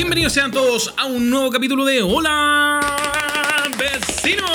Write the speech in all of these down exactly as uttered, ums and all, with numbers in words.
Bienvenidos sean todos a un nuevo capítulo de Hola Vecino.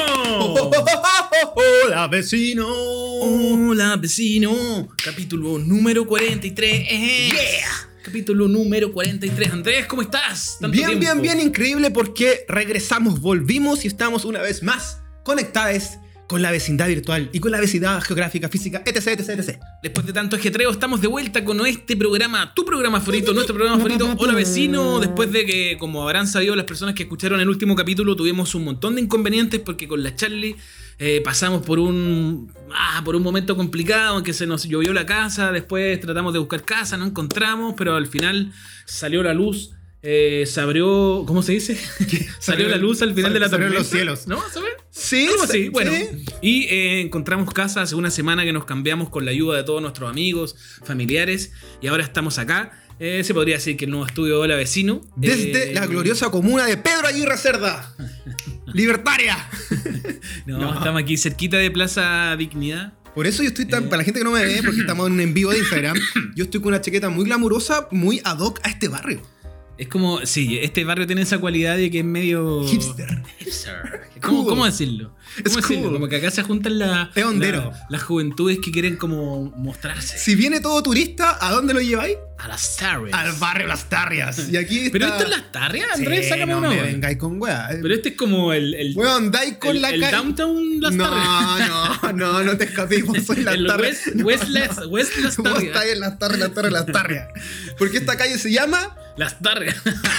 Hola vecino. Hola Vecino. Capítulo número cuarenta y tres. Yeah. Capítulo número cuarenta y tres. Andrés, ¿cómo estás? Tanto bien, tiempo. bien, bien increíble porque regresamos, volvimos y estamos una vez más conectados con la vecindad virtual y con la vecindad geográfica, física, etc, etc, etc. Después de tanto ajetreo, estamos de vuelta con este programa, tu programa favorito, nuestro programa favorito, Hola Vecino. Después de que, como habrán sabido las personas que escucharon el último capítulo, tuvimos un montón de inconvenientes porque con la Charlie eh, pasamos por un ah, por un momento complicado en que se nos llovió la casa. Después tratamos de buscar casa, no encontramos, pero al final salió la luz. Eh, se abrió, ¿cómo se dice? Salió la luz al final de la tormenta. Los cielos, ¿No? ¿Sabes? Sí, algo así. Sí. Bueno, y eh, encontramos casa hace una semana que nos cambiamos con la ayuda de todos nuestros amigos, familiares, y ahora estamos acá. Eh, se podría decir que el nuevo estudio de Hola Vecino. Desde eh, la gloriosa comuna de Pedro Aguirre Cerda. Libertaria. no, no, estamos aquí cerquita de Plaza Dignidad. Por eso yo estoy tan, eh. para la gente que no me ve, porque estamos en un en vivo de Instagram, yo estoy con una chaqueta muy glamurosa, muy ad hoc a este barrio. Es como, sí, este barrio tiene esa cualidad de que es medio... Hipster. Hipster. ¿Cómo, ¿Cómo decirlo? ¿Cómo decirlo? Cool. Como que acá se juntan la, la, las juventudes que quieren como mostrarse. Si viene todo turista, ¿a dónde lo lleváis? A las Tarrias. Al barrio Las Tarrias. Y aquí está... ¿Pero esto es Las Tarrias, Andrés? Sí, Sácame no una me vengáis con weá. Pero este es como el... el weón, andáis con el, la calle... El downtown Las Tarrias. No, no, no, no te escapéis. Vos sois Las Tarrias. West, West, no, West, no. West Las Tarrias. Vos estáis en Las Tarrias, Las Tarrias, Las Tarrias. Porque esta calle se llama... Las Tarrias.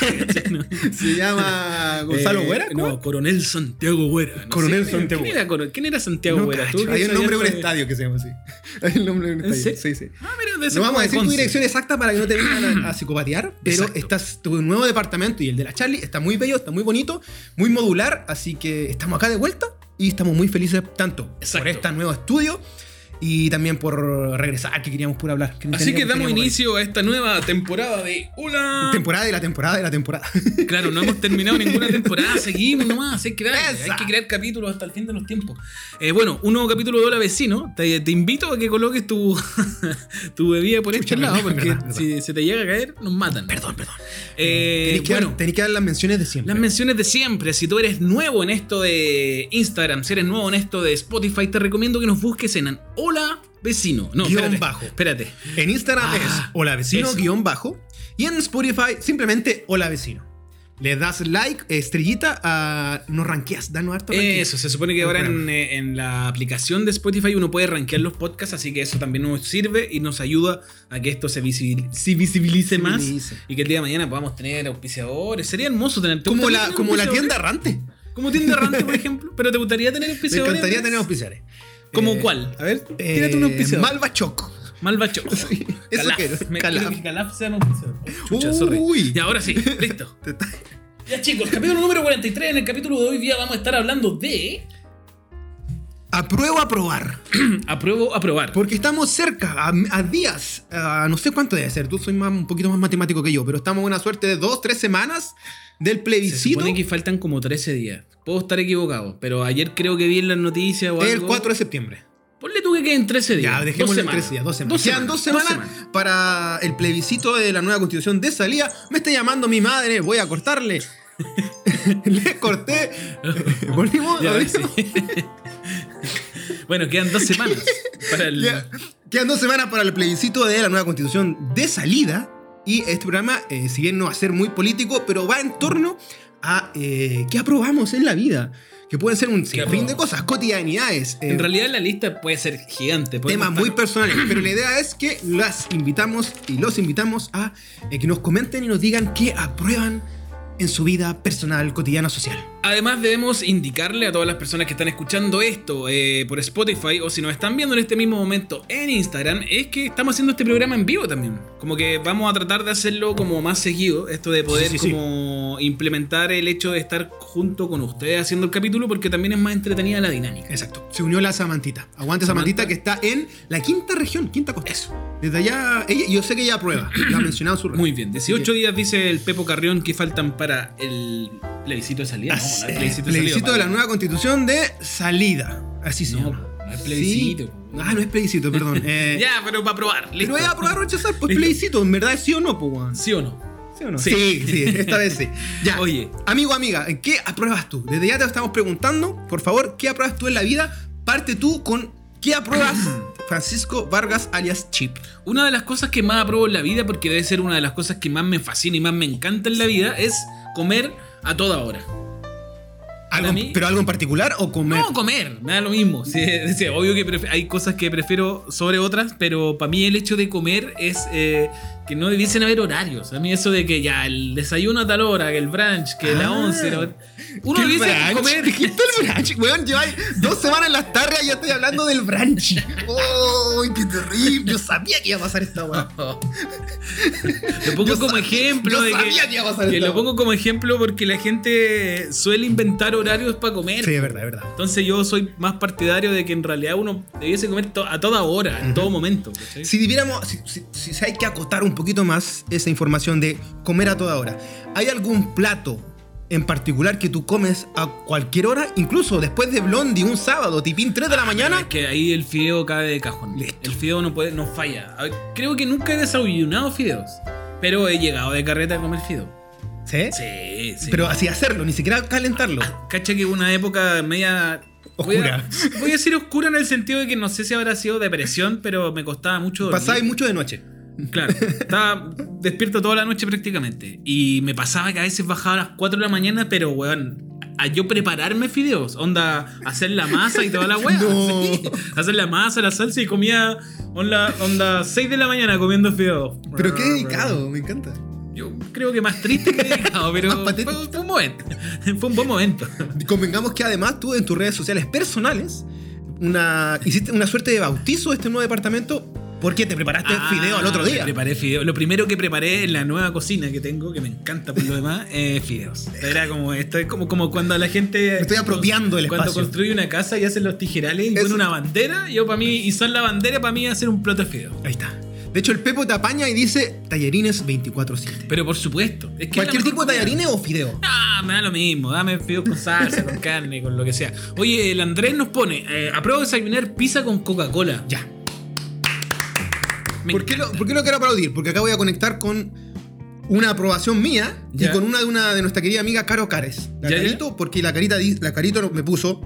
Se llama Gonzalo eh, Güera. No, Coronel Santiago Güera. No Coronel sé, Santiago ¿quién era, ¿Quién era Santiago no, Güera? ¿Tú hay un nombre de un estadio que se llama así. Hay un nombre de un estadio. ¿Sí? Sí, sí. Ah, mira, de no vamos a decir tu dirección exacta para que no te vengan a, a psicopatear, pero Exacto. estás tu nuevo departamento y el de la Charlie está muy bello, está muy bonito, muy modular, así que estamos acá de vuelta y estamos muy felices tanto Exacto. por este nuevo estudio. Y también por regresar, que queríamos pura hablar. Que Así que damos inicio a esta nueva temporada de Hola. Temporada de la temporada de la temporada. Claro, no hemos terminado ninguna temporada, seguimos nomás, hay que crear, hay que crear capítulos hasta el fin de los tiempos. Eh, bueno, un nuevo capítulo de Hola Vecino. Te, te invito a que coloques tu, tu bebida por este lado, porque verdad, verdad. si se te llega a caer, nos matan. Perdón, perdón. Eh, tenés, que bueno, dar, tenés que dar las menciones de siempre. Las menciones de siempre. Si tú eres nuevo en esto de Instagram, si eres nuevo en esto de Spotify, te recomiendo que nos busques en Hola Vecino. No, guión espérate, bajo. Espérate. En Instagram ah, es Hola Vecino eso. guión bajo. Y en Spotify simplemente Hola Vecino. Le das like, estrellita, uh, nos rankeas, danos harto ranking. Eso, se supone que ahora en, en la aplicación de Spotify uno puede rankear los podcasts, así que eso también nos sirve y nos ayuda a que esto se visibilice, se visibilice más y que el día de mañana podamos tener auspiciadores. Sería hermoso tener... Como la, como la tienda errante. Como tienda errante, por ejemplo. ¿Pero te gustaría tener auspiciadores? Me encantaría tener auspiciadores. ¿Como eh, cuál? A ver, eh, tírate un auspiciador. Malva Choco. Malva Choco. Sí, eso Calaf. quiero. Me Calaf. quiero que Calaf sea un auspiciador. Chucha, sorry. Uy. Y ahora sí, listo. Ya chicos, capítulo número cuarenta y tres. En el capítulo de hoy día vamos a estar hablando de... Apruebo a probar. Apruebo a probar. Porque estamos cerca, a, a días, a no sé cuánto debe ser. Tú soy más, un poquito más matemático que yo, pero estamos en una suerte de dos, tres semanas del plebiscito. Se supone que faltan como trece días. Puedo estar equivocado, pero ayer creo que vi en las noticias o el algo. El cuatro de septiembre. Ponle tú que queden trece días. Ya, dejémosle trece días, dos semanas. Dos Quedan semanas, dos semanas, dos semanas para el plebiscito de la nueva constitución de salida. Me está llamando mi madre, voy a cortarle. Le corté. ¿Volvimos? Ya, sí. Bueno, quedan dos semanas para el... Ya, quedan dos semanas para el plebiscito de la nueva constitución de salida. Y este programa, eh, si bien no va a ser muy político, pero va en torno a eh, qué aprobamos en la vida. Que pueden ser un sinfín de cosas, cotidianidades. En eh, realidad la lista puede ser gigante. Temas muy personales, pero la idea es que las invitamos y los invitamos a eh, que nos comenten y nos digan qué aprueban en su vida personal, cotidiana, social. Además debemos indicarle a todas las personas que están escuchando esto eh, por Spotify o si nos están viendo en este mismo momento en Instagram, es que estamos haciendo este programa en vivo también. Como que vamos a tratar de hacerlo como más seguido, esto de poder sí, sí, como sí. implementar el hecho de estar junto con ustedes haciendo el capítulo, porque también es más entretenida la dinámica. Exacto. Se unió la Samantita. Aguante Samantita, que está en la quinta región, quinta costa. Eso. Desde allá, ella, yo sé que ella aprueba, lo ha mencionado en su red. Muy bien, dieciocho días dice el Pepo Carrión que faltan para el plebiscito de salida. No, no, el plebiscito, de, plebiscito salida, de la nueva constitución de salida. Así se llama. No, no es plebiscito. Sí. Ah, no es plebiscito, perdón. Eh, ya, pero para probar. Listo. Pero es aprobar o rechazar, pues listo. Plebiscito, ¿en verdad es sí o no, pues, ¿Sí o no? ¿Sí o no? Sí. Sí, sí, esta vez sí. Ya. Oye. Amigo, amiga, ¿en qué apruebas tú? Desde ya te estamos preguntando, por favor, ¿qué apruebas tú en la vida? Parte tú con ¿qué apruebas, Francisco Vargas alias Chip? Una de las cosas que más apruebo en la vida, porque debe ser una de las cosas que más me fascina y más me encanta en la vida, es comer a toda hora. ¿Algo, mí- ¿Pero algo en particular o comer? No, comer, me da lo mismo. Sí, sí, obvio que pref- hay cosas que prefiero sobre otras, pero para mí el hecho de comer es eh, que no debiesen haber horarios. A mí eso de que ya el desayuno a tal hora, que el brunch, que la Ah. once, la- uno ¿Qué debiese brunch? comer. Dijiste el brunch, weón. Lleváis dos semanas en las tardes y ya estoy hablando del brunch. ¡Oh, qué terrible! Yo sabía que iba a pasar esta weá. Lo pongo Yo como sabía- ejemplo yo de que, sabía que iba a pasar que esta lo weá. pongo como ejemplo porque la gente suele inventar horarios para comer. Sí, es verdad, es verdad. Entonces yo soy más partidario de que en realidad uno debiese comer to- a toda hora, en todo momento. ¿cachai? Si debiéramos, si, si- si hay que acotar un poquito más esa información de comer a toda hora, ¿hay algún plato en particular que tú comes a cualquier hora? Incluso después de Blondie, un sábado, tipín tres de la Es mañana. que ahí el fideo cae de cajón. Listo. El fideo no puede, no falla. A ver, creo que nunca he desayunado fideos, pero he llegado de carreta a comer fideo. ¿Sí? Sí, sí. Pero así hacerlo, ni siquiera calentarlo. Cacha que una época media voy a- Oscura. Voy a, decir oscura en el sentido de que no sé si habrá sido depresión, pero me costaba mucho dormir. Pasaba mucho de noche. Claro, estaba despierto toda la noche prácticamente. Y me pasaba que a veces bajaba a las cuatro de la mañana, pero weón, a yo prepararme fideos, onda, hacer la masa y toda la weá. No. Sí. Hacer la masa, la salsa y comía onda, onda seis de la mañana comiendo fideos. Pero qué dedicado, me encanta. Yo creo que más triste que dedicado, pero Más fue, patético. fue un momento. Fue un buen momento. Convengamos que además tú en tus redes sociales personales una, hiciste una suerte de bautizo de este nuevo departamento porque te preparaste Ah, fideo al otro día. me preparé fideo. Lo primero que preparé en la nueva cocina que tengo, que me encanta por lo demás, es fideos. Era como esto, es como, como cuando la gente. Me estoy apropiando del Cuando espacio. construye una casa y hacen los tijerales y Eso. pone una bandera, yo para mí, y son la bandera para mí hacer un plato de fideos. Ahí está. De hecho, el Pepo te apaña y dice tallarines veinticuatro siete. Pero por supuesto. Es que ¿Cualquier es la tipo de mejor tallarines o fideo? Ah, me da lo mismo. Dame fideos con salsa, con carne, con lo que sea. Oye, el Andrés nos pone: eh, apruebo desayunar pizza con Coca-Cola. Ya. Me ¿Por qué, lo, encanta. ¿Por qué lo quiero aplaudir? Porque acá voy a conectar con una aprobación mía Ya. y con una de, una de nuestra querida amiga Caro Cares. La Ya, ya. Carito, porque la, carita, di- la Carito me puso: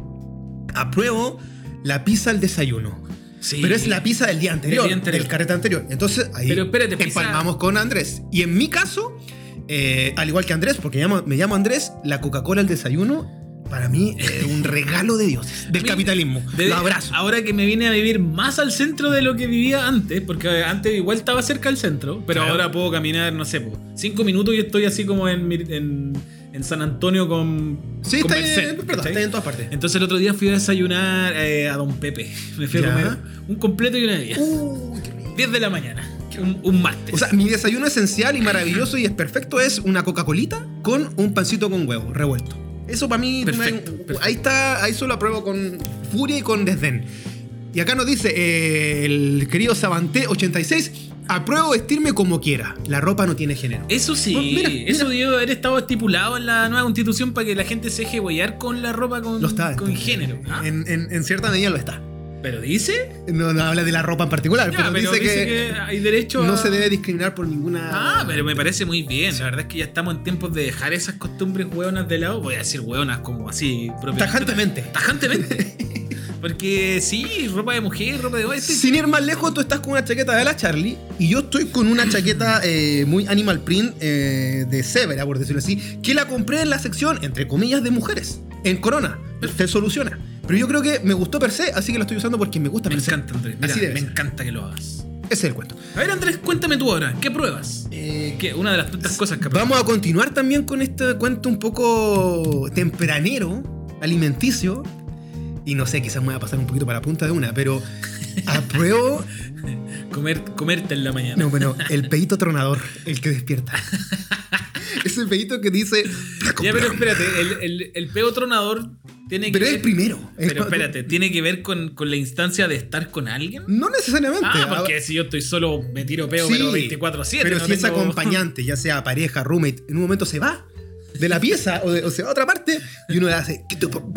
apruebo la pizza al desayuno. Sí. Pero es la pizza del día anterior, Del día anterior. del carrete anterior. Entonces ahí Pero espérate, pizza- empalmamos con Andrés. Y en mi caso, eh, al igual que Andrés, porque me llamo, me llamo Andrés, la Coca-Cola al desayuno, para mí es un regalo de dioses, del A mí, capitalismo. de- Lo abrazo. Ahora que me vine a vivir más al centro de lo que vivía antes, porque antes igual estaba cerca del centro, pero Claro. ahora puedo caminar, no sé, po, cinco minutos y estoy así como en, mi- en, en San Antonio con. Sí, con está, Merced, en, perdón, ¿cachai? está en todas partes. Entonces el otro día fui a desayunar eh, a Don Pepe. Me fui Ya. a comer un completo y una bebida. Uy, qué rico. diez de la mañana. Un, un martes. O sea, mi desayuno esencial y maravilloso y es perfecto es una Coca-Colita con un pancito con huevo revuelto. Eso para mí, Perfecto, me- perfecto. ahí está, ahí solo apruebo con furia y con desdén. Y acá nos dice eh, el querido Sabanté ochenta y seis, apruebo vestirme como quiera, la ropa no tiene género. Eso sí, Oh, mira, mira. eso debió haber estado estipulado en la nueva constitución para que la gente se deje huellar con la ropa con, Lo está. con género. ¿Ah? En, en- en cierta medida lo está. ¿Pero dice? No, no habla de la ropa en particular, Ya, pero, pero dice, dice que, que hay derecho no a- se debe discriminar por ninguna... Ah, pero me parece muy bien. La verdad es que ya estamos en tiempos de dejar esas costumbres hueonas de lado. Voy a decir hueonas como así propiamente. Tajantemente. Tajantemente. Porque sí, ropa de mujer, ropa de hombre. Este- Sin ir más lejos, tú estás con una chaqueta de la Charlie y yo estoy con una chaqueta eh, muy animal print eh, de Severa, por decirlo así, que la compré en la sección, entre comillas, de mujeres, en Corona. Se soluciona. Pero yo creo que me gustó per se, así que lo estoy usando porque me gusta Me per se. encanta, Andrés. Mira, Así debe me ser. encanta que lo hagas. Ese es el cuento. A ver, Andrés, cuéntame tú ahora. ¿Qué pruebas? Eh, ¿Qué? Una de las tantas cosas que pruebas. Vamos a continuar también con este cuento un poco tempranero, alimenticio. Y no sé, quizás me voy a pasar un poquito para la punta de una, pero apruebo. Comer, comerte en la mañana. No, bueno, el pedito tronador, el que despierta. Ese pedito que dice. Ya, pero espérate, el, el, el peo tronador tiene que Pero es ver. el primero. Es Pero pa- espérate, ¿tiene que ver con, con la instancia de estar con alguien? No necesariamente. Ah, porque si yo estoy solo me tiro peo, Sí, pero veinticuatro siete. Pero no si es tengo- acompañante, ya sea pareja, roommate, en un momento se va de la pieza o, de- o se va a otra parte y uno le hace.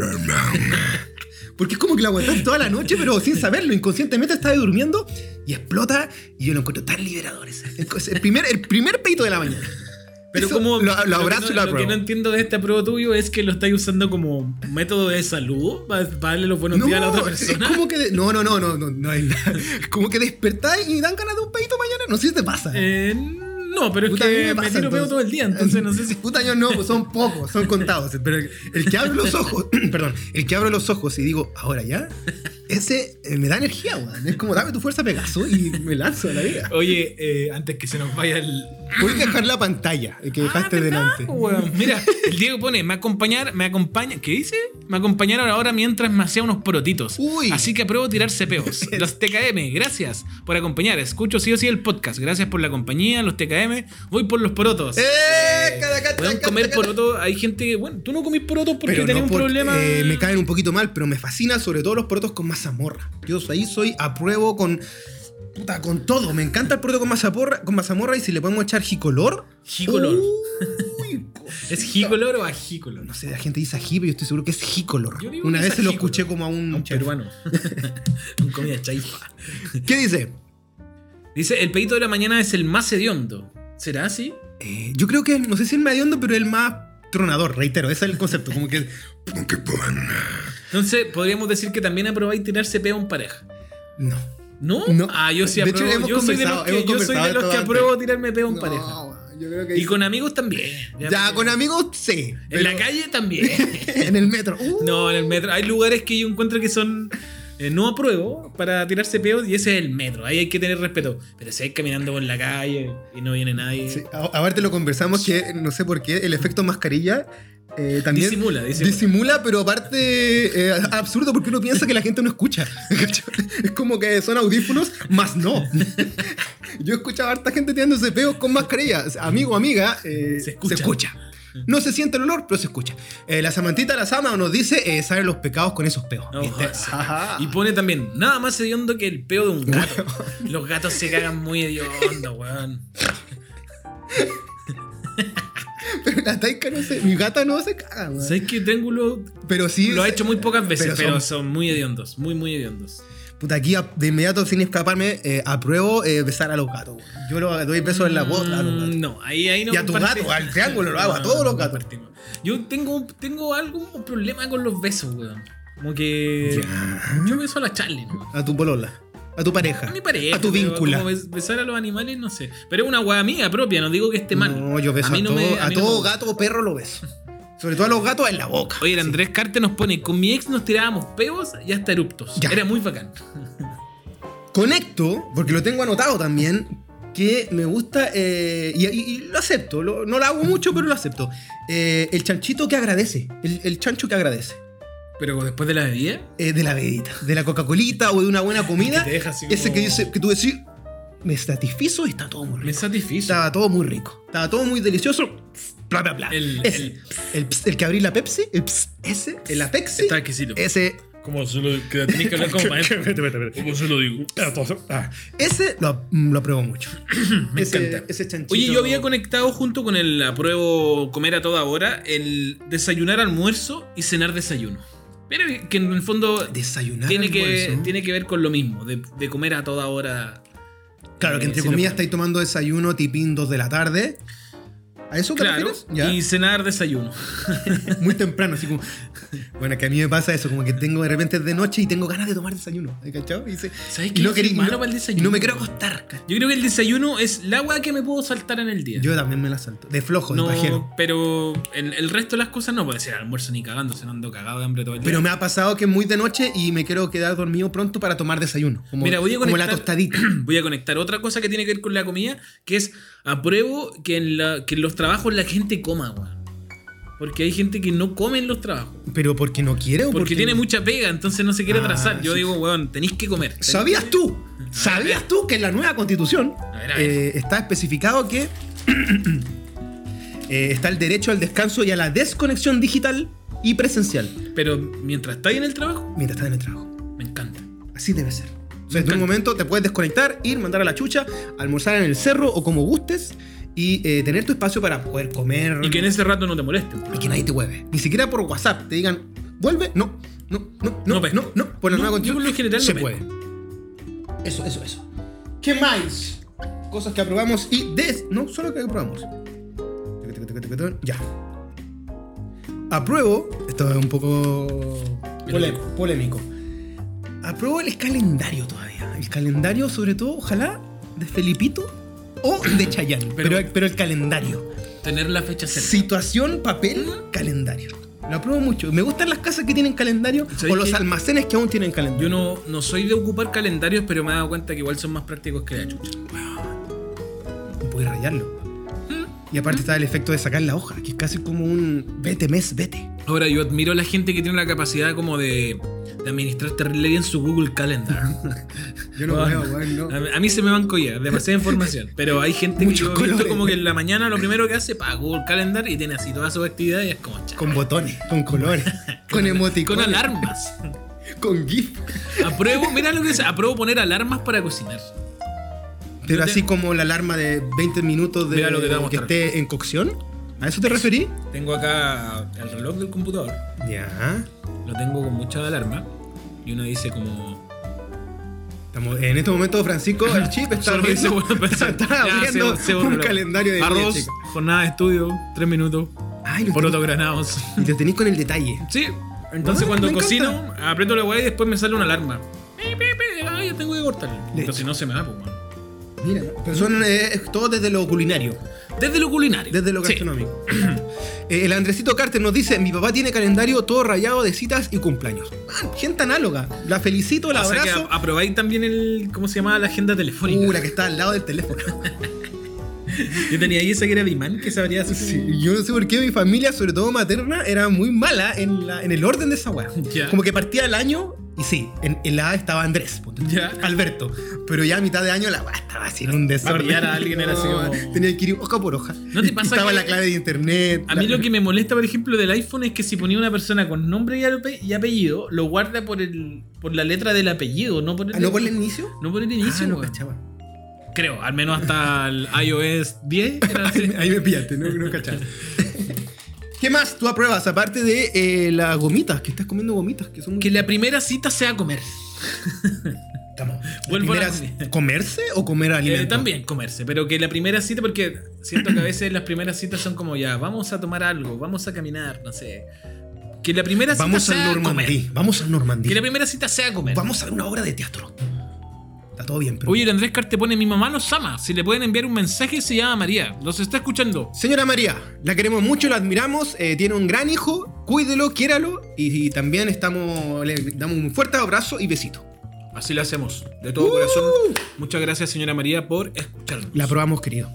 Porque es como que lo aguantas toda la noche, pero sin saberlo. Inconscientemente estás durmiendo y explota. Y yo lo encuentro tan liberador ese. El, el primer, el primer pedito de la mañana. Pero Eso como lo, lo lo abrazo que y no, lo lo que apruebo. no entiendo de este apruebo tuyo es que lo estáis usando como método de salud para, para darle los buenos días a la otra persona. Es como que de- no, no, no, no, no, no hay nada. Es como que despertáis y dan ganas de un pedito mañana. No sé si te pasa. Eh, no, pero es Puta, a mí que me me, pasa, tiro peo entonces. todo el día, entonces no sé si. Puta, yo no, pues son pocos, son contados. Pero el, el que abre los ojos, perdón, el que abre los ojos y digo, ahora ya, ese eh, me da energía, weón. Es como, dame tu fuerza, Pegaso, y me lanzo a la vida. Oye, eh, antes que se nos vaya el. Voy a dejar la pantalla el que dejaste Ah, ¿verdad? delante. Weón, mira, el Diego pone, me acompañar, me acompaña, ¿qué dice? Me acompañaron ahora mientras me hacía unos porotitos. Uy. Así que apruebo tirarse peos. Los T K M, gracias por acompañar. Escucho sí o sí el podcast. Gracias por la compañía, los T K M. Voy por los porotos. ¡Eh! Cada, cada, Pueden cada, comer cada. porotos. Hay gente que, bueno, tú no comís porotos porque Pero tenés no un porque, problema. eh, me caen un poquito mal, pero me fascina sobre todo los porotos con mazamorra. Yo ahí soy apruebo con. Puta, con todo. Me encanta el poroto con mazamorra, con mazamorra y si le podemos echar jicolor. Jicolor. Uy, ¿Es jicolor o ajícolor? no sé, la gente dice ají, pero yo estoy seguro que es jicolor. Yo digo Una que vez es se lo ajícolor. escuché como a un, Un chef. peruano. Con comida chaifa. ¿Qué dice? Dice, el pedito de la mañana es el más hediondo. ¿Será así? Eh, yo creo que, no sé si el más hediondo, pero el más tronador, reitero, ese es el concepto. Como que. Como que bueno. Entonces, podríamos decir que también aprobáis tirarse peo en pareja. No. ¿No? No. Ah, yo sí De hecho, apruebo. hemos yo soy de conversado, los que, hemos yo soy conversado de los esto que antes. apruebo tirarme peo en No, pareja. yo creo que Y con amigos también. Ya, con amigos, sí. En pero- la calle también. en el metro. Uh. No, en el metro. Hay lugares que yo encuentro que son. eh, no apruebo para tirarse peos y ese es el metro. Ahí hay que tener respeto. Pero si hay caminando por la calle y no viene nadie. Sí, a- aparte lo conversamos que no sé por qué el efecto mascarilla eh, también Disimula, disimula. disimula, pero aparte eh, absurdo porque uno piensa que la gente no escucha. Es como que son audífonos, más no. Yo he escuchado a harta gente tirándose peos con mascarilla. Amigo, amiga, eh, Se escucha. se escucha. No se siente el olor, pero se escucha. Eh, la Samantita la Sama nos dice, eh, saben los pecados con esos peos. No, ¿Viste? sí. Ajá. Y pone también, nada más hediondo que el peo de un gato. Los gatos se cagan muy hediondo, weón. Pero la Taika no se... Mi gata no se caga, weón. ¿Sabes qué triángulo? Pero sí... Lo ha hecho muy pocas veces, pero pero son- son, muy hediondos, muy, muy hediondos. Puta, aquí a- de inmediato, sin escaparme, eh, apruebo eh, besar a los gatos. weón. Yo lo doy besos en la voz a los gatos. Mm, No, ahí, ahí no. Y a tu compartimos. gato, al triángulo lo hago, a todos los no gatos. compartimos. Yo tengo, tengo algún problema con los besos, weón. Como que. Yo beso a la Charlie, ¿no? A tu polola, a tu pareja, A mi pareja. a tu pero víncula. como bes- besar a los animales, no sé. Pero es una weá mía propia, no digo que esté mal. No, yo beso a, mí no todo, me- a mí no todo me gusta. gato o perro lo beso. Sobre todo a los gatos en la boca. Oye, el Andrés Carte nos pone: con mi ex nos tirábamos peos y hasta eruptos. Ya. Era muy bacán. Conecto, porque lo tengo anotado también, que me gusta, eh, y, y- y lo acepto, lo- no lo hago mucho, pero lo acepto. Eh, el chanchito que agradece, el, el chancho que agradece. Pero después de la bebida. Eh, de la bebidita, de la Coca-Colita o de una buena comida. Que te deja así ese como- que, dice, que tú decís, me satisfizo y está todo muy Me rico. satisfizo. Estaba todo muy rico, estaba todo muy delicioso. Bla, bla, bla. El- ese, el- el, ps- el que abrí la Pepsi, el ps- ese, el la Pepsi, Está exquisito. ese, Como se lo que tenés que hablar como maestro. ¿Cómo se lo digo? ah, ese lo, lo apruebo mucho. Me ese, encanta. Ese chanchito. Oye, yo había conectado junto con el apruebo comer a toda hora el desayunar almuerzo y cenar desayuno. Pero que en el fondo Desayunar tiene que, almuerzo. tiene que ver con lo mismo, de, de comer a toda hora. Claro, que Eh, entre si lo- comillas estáis tomando desayuno tipín dos de la tarde. ¿A eso te Claro, refieres? Ya. y cenar desayuno. Muy temprano, así como. Bueno, que a mí me pasa eso, como que tengo de repente de noche y tengo ganas de tomar desayuno. ¿eh, ¿Cachao? Y, dice, ¿Sabes y qué? no Yo soy querí- y malo no- para el y desayuno, no me quiero weón. acostar. ¿cachai? Yo creo que el desayuno es la agua que me puedo saltar en el día. Yo también me la salto. De flojo, no, de pajero. pero el, el resto de las cosas no puede ser almuerzo ni cagando, cenando cagado de hambre todo el día. Pero me ha pasado que es muy de noche y me quiero quedar dormido pronto para tomar desayuno. Como, Mira, voy a como la conectar- tostadita. Voy a conectar otra cosa que tiene que ver con la comida, que es apruebo que en, la, que en los trabajos la gente coma, weón. Porque hay gente que no come en los trabajos. Pero porque no quiere o Porque tiene no? mucha pega, entonces no se quiere Ah, atrasar. Yo sí. digo, weón, tenéis que comer. Tenéis ¿Sabías que- tú? A ¿Sabías ver. tú que en la nueva constitución A ver, a ver. eh, está especificado que eh, está el derecho al descanso y a la desconexión digital y presencial Pero mientras estáis en el trabajo, mientras estás en el trabajo? me encanta. Así debe ser. O sea, Me en un encanta. momento te puedes desconectar, ir, mandar a la chucha, almorzar en el cerro o como gustes y eh, tener tu espacio para poder comer Y que en ese rato no te molesten. y que nadie te hueve. Ni siquiera por WhatsApp te digan, vuelve, no, no, no, no, No no, pesco. no, por la No, nueva yo constitución por lo general no se pesco. puede. Eso, eso, eso. ¿Qué más? Cosas que aprobamos y des... No, solo que aprobamos. Ya. Apruebo, esto es un poco polé- polémico. Apruebo el calendario todavía. El calendario, sobre todo, ojalá, de Felipito o de Chayanne. Pero, Pero- pero el calendario. Tener la fecha cerca. Situación, papel, calendario. Lo apruebo mucho. Me gustan las casas que tienen calendario ¿Sabes o los qué? almacenes que aún tienen calendario. Yo no, no soy de ocupar calendarios, pero me he dado cuenta que igual son más prácticos que la chucha. No puedes rayarlo. Y aparte está el efecto de sacar la hoja, que es casi como un vete mes, vete. Ahora, yo admiro a la gente que tiene la capacidad como de, de administrar terrible bien su Google Calendar. Yo no Bueno, puedo, weón, no. A, mí- a mí se me van collar, demasiada información. Pero hay gente que Muchos yo he visto colores. como que en la mañana lo primero que hace, para Google Calendar y tiene así todas sus actividades y es como cha, Con botones, con colores, con emoticones, con alarmas. con GIF. Apruebo, mira lo que es, apruebo poner alarmas para cocinar. Pero Yo así te- como la alarma de veinte minutos de Mira lo que te voy a que mostrar. esté en cocción. ¿A eso te referí? Tengo acá el reloj del computador, Ya. lo tengo con muchas alarmas y uno dice como... Estamos, en este momento, Francisco, el chip está Solo dice, abriendo, bueno, pensar. está Ya, abriendo se- se un borró el reloj. calendario de Arroz, día, chica. jornada de estudio, tres minutos, Ay, lo porotos tenés- granados. Y te tenés con el detalle. Sí, entonces Ah, cuando me cocino, encanta. aprieto la weá y después me sale una alarma. Pi, pi, pi, ah, ya tengo que cortarlo. Leche. Entonces no se me da, pues, man. Mira, pero son eh, todo desde lo culinario, Desde lo culinario. desde lo Sí. gastronómico. Eh, el Andresito Carter nos dice: mi papá tiene calendario todo rayado de citas y cumpleaños. Man, gente análoga. La felicito, la O sea que abrazo. a- aprobáis también el. ¿Cómo se llamaba la agenda telefónica? Uh, la que está al lado del teléfono. Yo tenía ahí esa que era de imán que sabría así. Sí, yo no sé por qué mi familia, sobre todo materna, era muy mala en, la- en el orden de esa weá. Ya. Como que partía el año y sí, en, en la A estaba Andrés, ponte tú, Ya. Alberto. Pero ya a mitad de año la weá estaba así en un desorden. pillar a alguien era así como- Tenía que ir hoja por hoja. ¿No te Y pasa estaba que- la clave de internet. A mí la- lo que me molesta, por ejemplo, del iPhone es que si ponía una persona con nombre y ape- y apellido, lo guarda por el por la letra del apellido, no por el, ¿Ah, no por el inicio? no por el inicio. Ah, no weón. cachaba. Creo, al menos hasta el iOS diez. Era así. Ahí, ahí me pillaste, no, no cachaba. ¿Qué más tú apruebas? Aparte de eh, las gomitas, que estás comiendo gomitas, que son muy... Que la primera cita sea comer. Estamos. Vuelvo a la Primeras- comida. ¿Comerse o comer Eh, alimentos? también comerse, pero que la primera cita, porque siento que a veces las primeras citas son como ya, vamos a tomar algo, vamos a caminar, no sé. Que la primera cita Vamos sea al Normandí. comer. Vamos al Normandí. Que la primera cita sea comer. Vamos a ver una obra de teatro. Está todo bien, pero... Oye, el Andrés Car te pone: mi mamá los ama. Si le pueden enviar un mensaje, se llama María. Los está escuchando. Señora María, la queremos mucho, la admiramos, eh, tiene un gran hijo, cuídelo, quiéralo y, y también estamos, le damos un fuerte abrazo y besito. Así lo hacemos. De todo Uh. corazón. Muchas gracias, señora María, por escucharnos. La aprobamos, querido.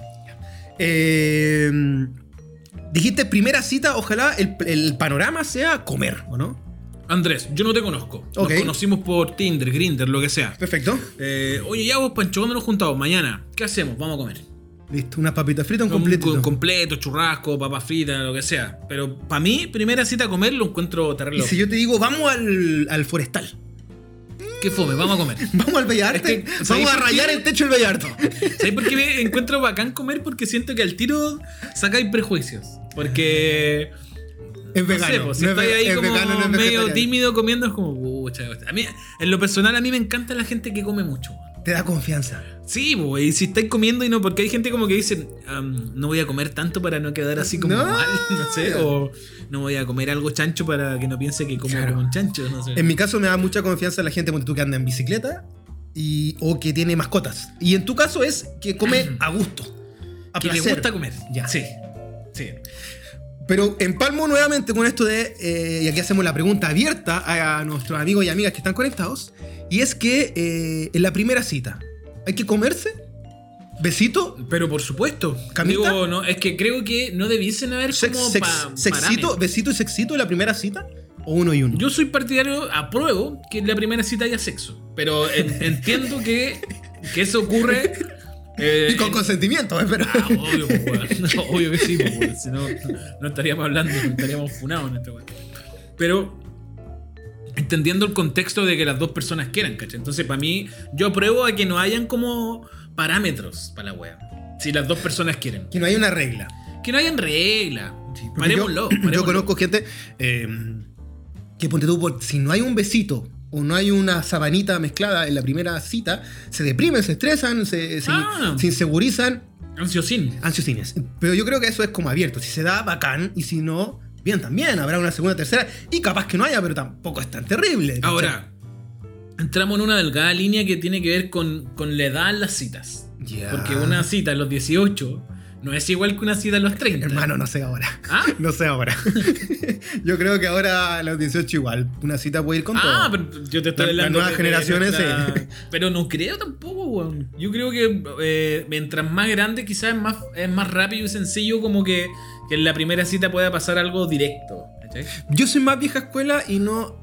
Eh, dijiste primera cita, ojalá el, el panorama sea comer, ¿o no? Andrés, yo no te conozco. Nos Ok. conocimos por Tinder, Grindr, lo que sea. Perfecto. Eh, oye, ya vos, Pancho, ¿cuándo nos juntamos? Mañana. ¿Qué hacemos? Vamos a comer. Listo, unas papitas fritas, un Con- completito. con- completo, churrasco, papas fritas, lo que sea. Pero para mí, primera cita a comer lo encuentro Y terrible. si yo te digo, vamos al, al forestal, ¿Qué fome? Vamos a comer. vamos al Bellarte, Es que, ¿sabes vamos a por qué? rayar el techo del Bellarto. ¿Sabes por qué me encuentro bacán comer? Porque siento que al tiro sacáis prejuicios. Porque... Es No vegano. sé, pues, si no es estáis ve- ahí es como vegano, no es medio vegetariano. tímido comiendo, es como, pucha. A mí, en lo personal, a mí me encanta la gente que come mucho. Te da confianza. Sí, güey, y si estáis comiendo y no, porque hay gente como que dice, "Am, no voy a comer tanto para no quedar así como No. mal, no sé, o no voy a comer algo chancho para que no piense que como Claro. como un chancho, no sé. En mi caso me da mucha confianza la gente ponte tú, que anda en bicicleta y, o que tiene mascotas. Y en tu caso es que come a gusto. A que placer. le gusta comer. Ya. Sí, sí. Pero empalmo nuevamente con esto de, eh, y aquí hacemos la pregunta abierta a nuestros amigos y amigas que están conectados, y es que eh, en la primera cita, ¿hay que comerse? ¿Besito? Pero por supuesto. ¿Camita? Digo, no, es que creo que no debiesen haber Sex- como sex- pa- ¿Sexito? parámetros. ¿Besito y sexito en la primera cita? ¿O uno y uno? Yo soy partidario, apruebo que en la primera cita haya sexo. Pero en- entiendo que, que eso ocurre. eh, y con en- consentimiento, ¿eh? Pero... Ah, obvio, pues, weón. No, obvio que sí, pues, weón. Si no, no estaríamos hablando, no estaríamos funados en este weón. Pero entendiendo el contexto de que las dos personas quieran, ¿cachai? Entonces, para mí, yo apruebo a que no hayan como parámetros para la wea. Si las dos personas quieren. que no hay una regla. Que no hayan reglas. Porque Parémoslo. Yo, parémoslo. yo conozco gente eh, que ponte tú, por- si no hay un besito o no hay una sabanita mezclada en la primera cita, se deprimen, se estresan, se, se, Ah. se insegurizan Ansiosín. Ansiosines. Pero yo creo que eso es como abierto. Si se da, bacán. Y si no, bien también. Habrá una segunda, tercera. Y capaz que no haya, pero tampoco es tan terrible. ¿cachai? Ahora, entramos en una delgada línea que tiene que ver con, con la edad en las citas. Ya. Porque una cita a los dieciocho no es igual que una cita a los treinta. Hermano, no sé ahora. ¿Ah? No sé ahora. Yo creo que ahora a los dieciocho igual. Una cita puede ir con todo. Ah, pero yo te estoy La- hablando las nuevas de- de generaciones, nuestra- sí. Pero no creo tampoco, weón. Yo creo que eh, mientras más grande quizás es más, es más rápido y sencillo como que, que en la primera cita pueda pasar algo directo. ¿Cachai? Yo soy más vieja escuela y no.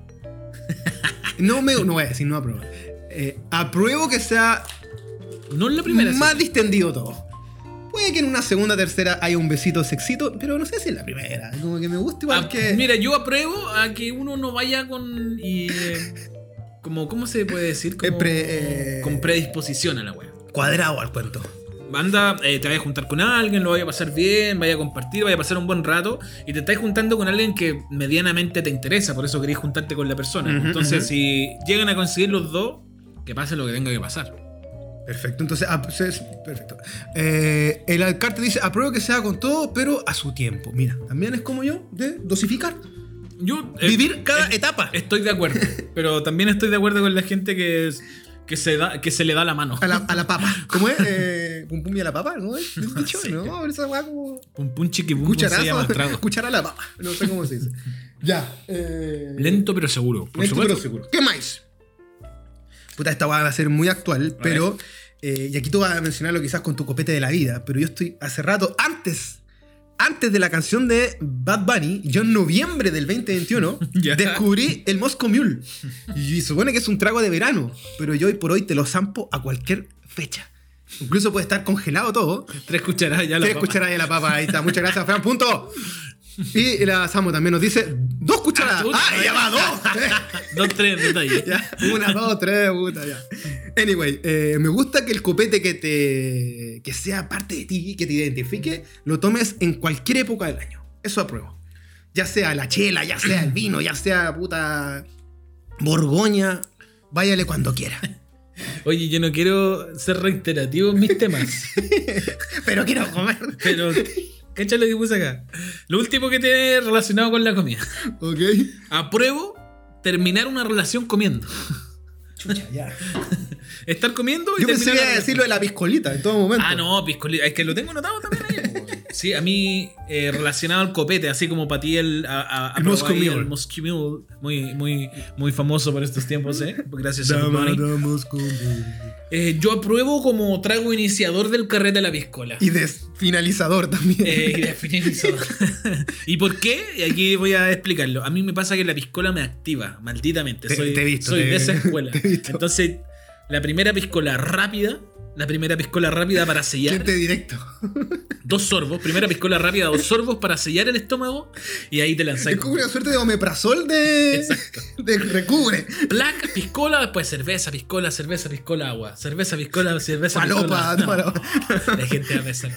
No me. No voy a decir, no apruebo. Eh, apruebo que sea No en la primera más cita. distendido todo. Puede que en una segunda, tercera haya un besito sexito, pero no sé si en la primera. Como que me gusta igual Ah, que. Mira, yo apruebo a que uno no vaya con. Y, eh, como, ¿cómo se puede decir? Como, Eh, pre- eh, con predisposición a la wea. Cuadrado al cuento. Anda, eh, te vayas a juntar con alguien, lo vaya a pasar bien, vaya a compartir, vaya a pasar un buen rato y te estás juntando con alguien que medianamente te interesa, por eso querés juntarte con la persona. Ujú, Entonces, ujú. si llegan a conseguir los dos, que pase lo que tenga que pasar. Perfecto, entonces, ah, pues es- perfecto. Eh, el alcalde dice, apruebo que sea con todo, pero a su tiempo. Mira, también es como yo, de dosificar. Yo eh, Vivir cada eh, etapa. Estoy de acuerdo, pero también estoy de acuerdo con la gente que, es- que, se, da, que se le da la mano. A la, a la papa. ¿Cómo es? Eh, pum pum y a la papa, ¿no es? ¿El dicho? Sí. No, pero esa weá como... Pum pum chiqui pum pum se llama el Cucharazo, trago. cuchara a la papa. No sé cómo se dice. Ya. Eh, Lento pero seguro. Por lento supuesto. pero seguro. ¿Qué más? Puta, esta weá va a ser muy actual, A pero... eh, y aquí tú vas a mencionarlo quizás con tu copete de la vida, pero yo estoy hace rato, antes... Antes de la canción de Bad Bunny, yo en noviembre del veinte veintiuno Ya. descubrí el Moscow Mule. Y supone que es un trago de verano, pero yo hoy por hoy te lo zampo a cualquier fecha. Incluso puede estar congelado todo. Tres cucharadas ya la Tres papa. cucharadas de la papa, ahí está. Muchas gracias, Fran. Punto. Y la Samo también nos dice dos cucharadas. Ah, ¡Ah, ya va, dos! Dos, tres detalles. Ya, una, dos, tres, puta, ya. Anyway, eh, me gusta que el copete que te que sea parte de ti, que te identifique, lo tomes en cualquier época del año. Eso apruebo. Ya sea la chela, ya sea el vino, ya sea puta Borgoña, váyale cuando quiera. Oye, yo no quiero ser reiterativo en mis temas, Pero quiero comer. pero cacha lo que puse acá. Lo último que tiene relacionado con la comida. Ok. Apruebo terminar una relación comiendo. Chucha, ya. Estar comiendo y Yo pensé terminar que la iba a relación. decirlo de la piscolita en todo momento. Ah, no, piscolita. Es que lo tengo notado también ahí. po. Sí, a mí eh, relacionado al copete, así como para ti el, a, a, a El Moscow probar ahí Mule. el Moscow Mule, muy, muy, muy famoso por estos tiempos, ¿eh? Gracias a Bad Bunny. Eh, yo apruebo como trago iniciador del carrete de la piscola. Y de finalizador también. Eh, y de finalizador. ¿Y por qué? Y aquí voy a explicarlo. A mí me pasa que la piscola me activa, malditamente. Te- soy te he visto, soy te- de esa escuela. te he visto. Entonces, la primera piscola rápida, la primera piscola rápida para sellar. Cliente directo. Dos sorbos, primera piscola rápida, dos sorbos para sellar el estómago y ahí te lanzáis. Es como una suerte de omeprazol de. Exacto. de recubre. Placa, piscola, después cerveza, piscola, cerveza, piscola, agua. Cerveza, piscola, cerveza, Falopa, piscola. no, No, la gente va a pensar.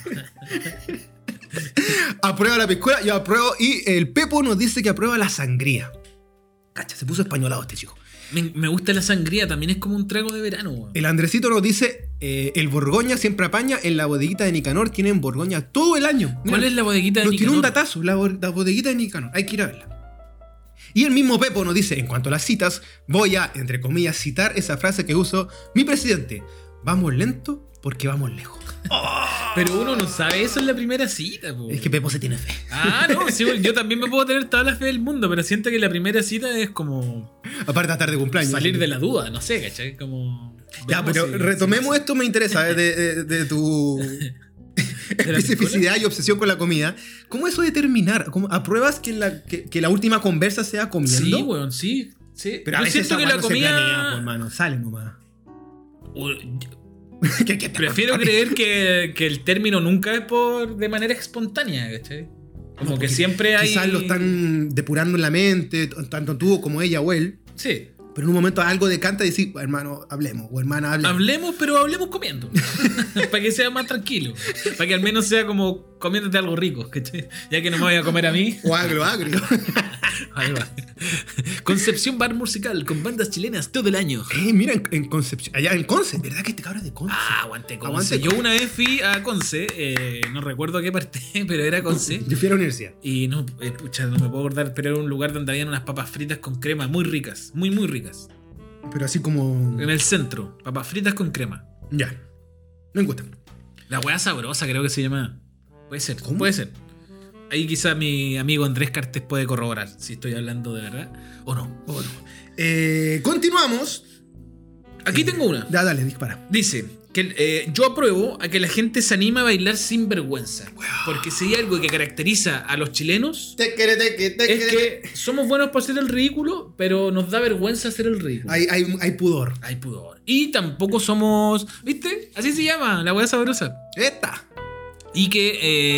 Aprueba la piscola, yo apruebo. Y el Pepo nos dice que aprueba la sangría. Cacha, se puso españolado este chico. Me, me gusta la sangría, también es como un trago de verano. weón. El Andresito nos dice: eh, el Borgoña siempre apaña. En la bodeguita de Nicanor tienen Borgoña todo el año. ¿Cuál Mira, es la bodeguita de nos tiene un Nicanor? datazo, la, bo- la bodeguita de Nicanor. Hay que ir a verla. Y el mismo Pepo nos dice: en cuanto a las citas, voy a, entre comillas, citar esa frase que uso mi presidente: vamos lento porque vamos lejos. Pero uno no sabe eso en la primera cita, po. Es que Pepo se tiene fe. Ah, no, sí, yo también me puedo tener toda la fe del mundo, pero siento que la primera cita es como Aparte de estar de cumpleaños. salir de la duda, no sé, ¿cachai? Como... Ya, veamos pero si- retomemos si- esto, me interesa, eh, de, de- de tu especificidad y obsesión con la comida. ¿Cómo eso de terminar? ¿Cómo, ¿Apruebas que la, que, que la última conversa sea comiendo? Sí, weón, sí. sí. Pero a yo veces siento que esa la weá no se planea, pues, comida... hermano. Sale nomás. O- ¿Qué- qué te Prefiero contaré? creer que, que el término nunca es por de manera espontánea, ¿cachai? Como No, que porque siempre hay... Quizás lo están depurando en la mente, t- tanto tú como ella o él. Sí. Pero en un momento algo decanta y decir, hermano, hablemos. O hermana, hablemos. Hablemos, pero hablemos comiendo. Para que sea más tranquilo. Para que al menos sea como comiéndote algo rico, ¿cachai? Ya que no me voy a comer a mí. O agrio, agrio. Ahí va. Concepción Bar Musical con bandas chilenas todo el año. Eh, mira, en, en Concepción, allá en Conce, ¿verdad que este cabrón es de Conce? Ah, aguante Conce. Aguante Yo Conce. una vez fui a Conce, eh, no recuerdo a qué parte, pero era Conce. Yo fui a la universidad. Y no, eh, pucha, no me puedo acordar, pero era un lugar donde habían unas papas fritas con crema muy ricas, muy, muy ricas. Pero así como... En el centro, papas fritas con crema. Ya. No me gusta. La hueá sabrosa creo que se llama. Puede ser, ¿Cómo? puede ser. Ahí quizá mi amigo Andrés Cartes puede corroborar si estoy hablando de verdad o no. Oh, no. Eh, continuamos. Aquí Eh, tengo una. Ya, dale, dispara. Dice que eh, yo apruebo a que la gente se anime a bailar sin vergüenza. Porque si hay algo que caracteriza a los chilenos Te quiere, te quiere, te es quiere. que somos buenos para hacer el ridículo, pero nos da vergüenza hacer el ridículo. Hay, hay, hay pudor. Hay pudor. Y tampoco somos... ¿Viste? Así se llama, la hueá sabrosa. Esta. Y que...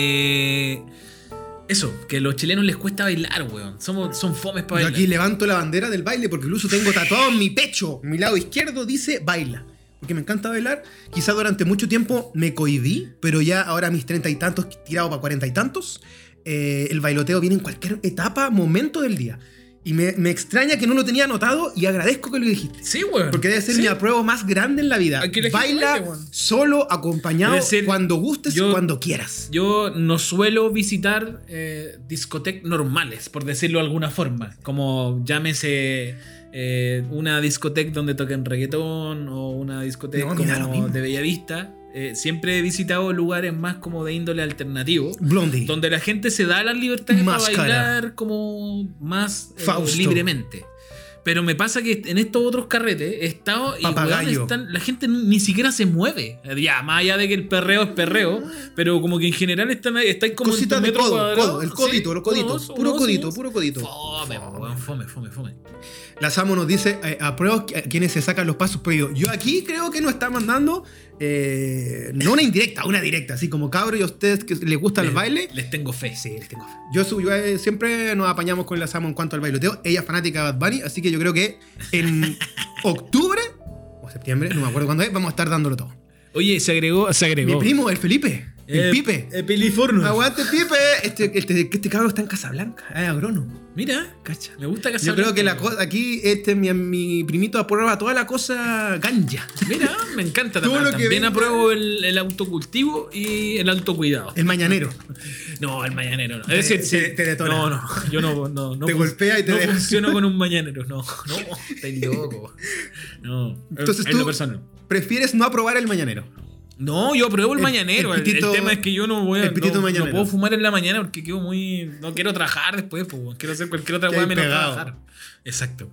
eh, eso, que a los chilenos les cuesta bailar, weón. Somos, son fomes para Yo bailar. aquí levanto la bandera del baile porque incluso tengo tatuado en mi pecho. Mi lado izquierdo dice baila. Porque me encanta bailar. Quizá durante mucho tiempo me cohibí, pero ya ahora a mis treinta y tantos, tirado para cuarenta y tantos, eh, el bailoteo viene en cualquier etapa, momento del día. Y me, me extraña que no lo tenía anotado y agradezco que lo dijiste. Sí, weón. Porque debe ser Sí. mi apruebo más grande en la vida. Aquí la gente Baila baila, weón. solo, acompañado, Debe ser- cuando gustes, yo- cuando quieras. Yo no suelo visitar eh, discotecas normales, por decirlo de alguna forma. Como llámese eh, una discoteca donde toquen reggaetón o una discoteca No, me da lo como mismo. de Bellavista. Eh, siempre he visitado lugares más como de índole alternativo. Blondie. Donde la gente se da las libertades para Máscara. bailar como más eh, Fausto. libremente. Pero me pasa que en estos otros carretes he estado y Papagayo. weón, están- la gente ni siquiera se mueve. Ya, más allá de que el perreo es perreo, pero como que en general están ahí, estáis como Cositas en tu de metro codo, cuadrado. codo, el codito, Sí, los coditos. codos, Puro unos, codito, unos. puro codito. Fome, weón, fome, fome, fome. La Samo nos dice, eh, apruebo a quienes se sacan los pasos prohibidos. Yo aquí creo que nos está mandando, eh, no una indirecta, una directa. Así como cabros y a ustedes que les gusta el Les- baile. Les tengo fe. Sí, les tengo fe. Yo, su- yo, eh, siempre nos apañamos con la Samo en cuanto al bailoteo. Ella es fanática de Bad Bunny, así que yo creo que en octubre o septiembre, no me acuerdo cuándo es, vamos a estar dándolo todo. Oye, se agregó, se agregó. Mi primo, el Felipe, el Eh, Pipe. El Piliforno. Aguante, Pipe. Este, este, este cabro está en Casablanca, es agrónomo. Mira, Cacha. me gusta que Yo creo que la cosa, aquí este, mi, mi primito aprueba toda la cosa ganja. Mira, me encanta Todo también. lo que También venga- apruebo el, el autocultivo y el autocuidado. El mañanero. No, el mañanero no. Te- Es decir, te- sí. te detona. No, no, yo no, no, no Te fun- golpea y te no deja. funciono con un mañanero, no, no, estáis loco. No, Entonces en tú lo personal. prefieres no aprobar el mañanero. No, yo apruebo el, El- mañanero. el El, el pitito- tema es que yo no voy a. el pitito no, mañanero. no puedo fumar en la mañana porque quedo muy. No quiero trabajar después, pues. Quiero hacer cualquier otra Que hueá hay menos pegado. trabajar. Exacto.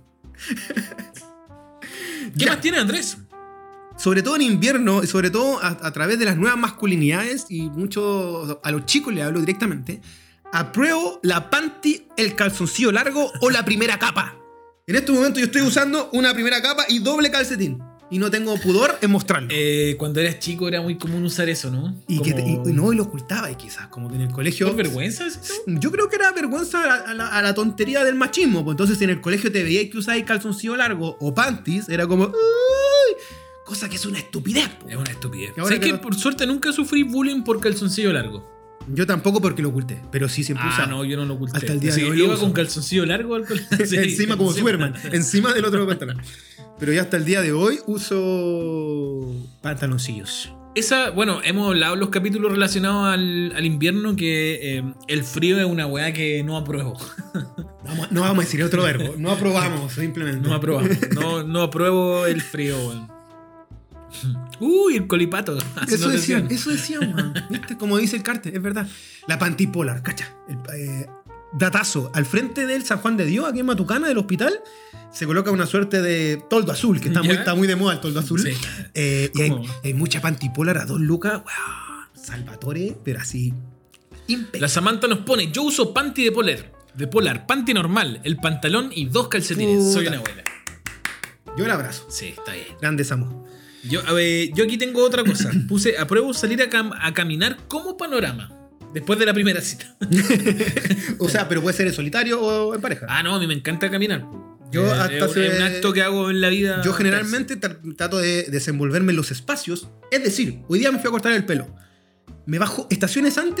¿Qué Ya. más tiene Andrés? Sobre todo en invierno, y sobre todo a, a través de las nuevas masculinidades, y mucho a los chicos les hablo directamente, apruebo la panty, el calzoncillo largo o la primera capa. En este momento yo estoy usando una primera capa y doble calcetín. Y no tengo pudor en mostrarlo. Eh, cuando eras chico era muy común usar eso, ¿no? y, que te- y- Como- y no, y lo ocultaba, y quizás, como que en el colegio. ¿Por vergüenza? ¿Es eso? Yo creo que era vergüenza a la, a la- a la tontería del machismo. Pues entonces, si en el colegio te veías que usabas calzoncillo largo o panties, era como. "Uy", cosa que es una estupidez. po. Es una estupidez. Y ahora Sé que que no- por suerte nunca sufrí bullying por calzoncillo largo. Yo tampoco porque lo oculté, pero sí siempre Ah, usaba. no, yo no lo oculté. Hasta el día Sí, de hoy lo iba uso. con calzoncillo largo al colegio. Sí, encima como encima. Superman, encima del otro pantalón. Pero ya hasta el día de hoy uso pantaloncillos. Esa, bueno, hemos hablado en los capítulos relacionados al, al invierno que eh, el frío es una weá que no apruebo. Vamos- no vamos a decir otro verbo, no aprobamos simplemente. No aprobamos. No, no apruebo el frío, weón. Uy, el colipato. Así Eso nos decían, decían. eso decían, man. ¿Viste? Como dice el Carte, es verdad. La pantipolar, cacha. El, eh, datazo. Al frente del San Juan de Dios, aquí en Matucana, del hospital, se coloca una suerte de toldo azul, que está, muy, ¿Ya? está muy de moda el toldo azul. Sí. Eh, y hay, ¿Cómo? hay mucha pantipolar a dos lucas. Wow, Salvatore, pero así. Impecable. La Samantha nos pone: yo uso panty de polar. De polar, panty normal, el pantalón y dos calcetines. Puta. Soy una abuela. Yo el abrazo. Sí, está bien. Grande Samu. Yo, a ver, yo aquí tengo otra cosa. Puse: apruebo salir a, cam- a caminar como panorama. Después de la primera cita. O sea, pero puede ser en solitario o en pareja. Ah, no, a mí me encanta caminar. Yo Eh, hasta es, hace- es un acto que hago en la vida. Yo generalmente tra- trato de desenvolverme en los espacios. Es decir, hoy día me fui a cortar el pelo. Me bajo estaciones antes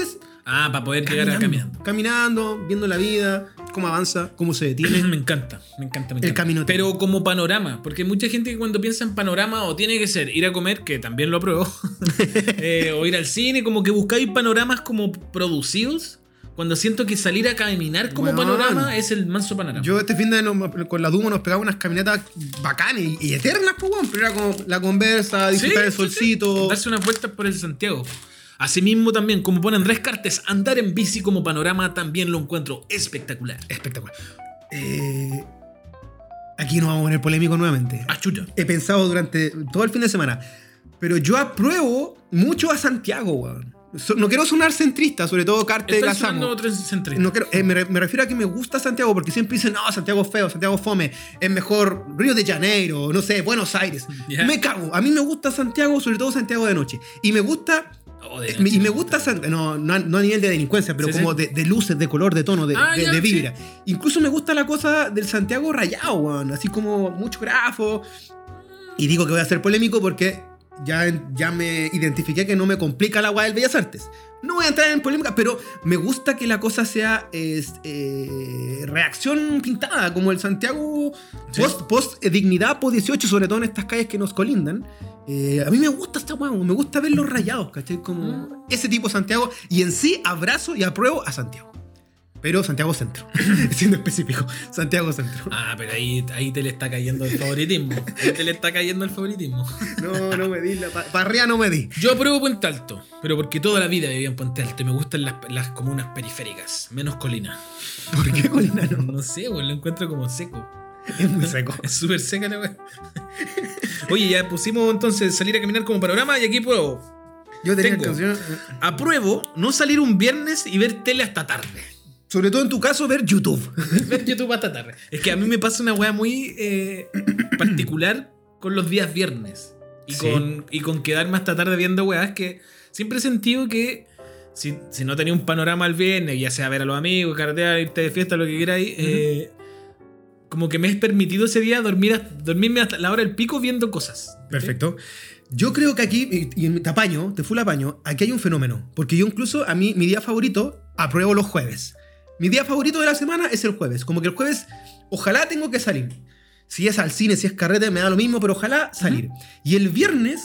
Ah, para poder llegar caminando, a caminando. Caminando, viendo la vida, cómo avanza, cómo se detiene. Me encanta, me encanta, me encanta. El camino. Pero como panorama, porque hay mucha gente que cuando piensa en panorama o tiene que ser ir a comer, que también lo apruebo, eh, o ir al cine, como que buscáis panoramas como producidos. Cuando siento que salir a caminar como Weón. panorama es el manso panorama. Yo este fin de no, con la Dumo nos pegaba unas caminatas bacanas y, y eternas, pues, weón. Pero era como la conversa, disfrutar Sí, el sí, solcito. sí. Darse unas vueltas por el Santiago. Asimismo también, como pone Andrés Cartes, andar en bici como panorama también lo encuentro espectacular. Espectacular. Eh, aquí nos vamos a poner polémico nuevamente. Ah, chucha. He pensado durante todo el fin de semana. Pero yo apruebo mucho a Santiago, weón. So- no quiero sonar centrista, sobre todo Cartes Estoy Gazamo. sonando otro centrista. No quiero, eh, me, re- me refiero a que me gusta Santiago porque siempre dicen, no, Santiago es feo, Santiago es fome, es mejor Río de Janeiro, no sé, Buenos Aires. Ya. Me cago. A mí me gusta Santiago, sobre todo Santiago de noche. Y me gusta. Oh, de eh, noche me- y me me gusta, San- no, no, a- no a nivel de delincuencia, pero Sí, como sí. De, de luces, de color, de tono, de, Ah, de- ya, de sí. vibra. Incluso me gusta la cosa del Santiago rayado, weón, así como mucho grafo. Y digo que voy a ser polémico porque ya, ya me identifiqué que no me complica la agua del Bellas Artes. No voy a entrar en polémica, pero me gusta que la cosa sea es, eh, reacción pintada, como el Santiago Sí. post, post eh, dignidad, post dieciocho, sobre todo en estas calles que nos colindan. Eh, a mí me gusta esta huevo, me gusta verlos rayados, ¿cachai? Como Mm. ese tipo de Santiago. Y en sí abrazo y apruebo a Santiago. Pero Santiago Centro, siendo específico, Santiago Centro. Ah, pero ahí, ahí te le está cayendo el favoritismo. Ahí te le está cayendo el favoritismo. No, no me di, la pa- para arriba no me di. Yo apruebo Puente Alto, pero porque toda la vida viví en Puente Alto y me gustan las, las comunas periféricas, menos Colina. ¿Por qué Colina no? No sé, güey, lo encuentro como seco. Es muy seco. Es súper seca la weá. Oye, ya pusimos entonces salir a caminar como panorama y aquí puedo. Yo tenía Tengo. canción. Apruebo no salir un viernes y ver tele hasta tarde. Sobre todo en tu caso, ver YouTube. Ver YouTube hasta tarde. Es que a mí me pasa una weá muy eh, particular con los días viernes. Y, Sí. con, y con quedarme hasta tarde viendo weás que siempre he sentido que si, si no tenía un panorama el viernes, ya sea ver a los amigos, carretear, irte de fiesta, lo que queráis, eh, como que me es permitido ese día dormir, hasta- dormirme hasta la hora del pico viendo cosas. Perfecto. Yo creo que aquí, y y te apaño, te full apaño, aquí hay un fenómeno. Porque yo incluso, a mí, mi día favorito, apruebo los jueves. Mi día favorito de la semana es el jueves. Como que el jueves, ojalá tengo que salir. Si es al cine, si es carrete, me da lo mismo, pero ojalá salir. Y el viernes,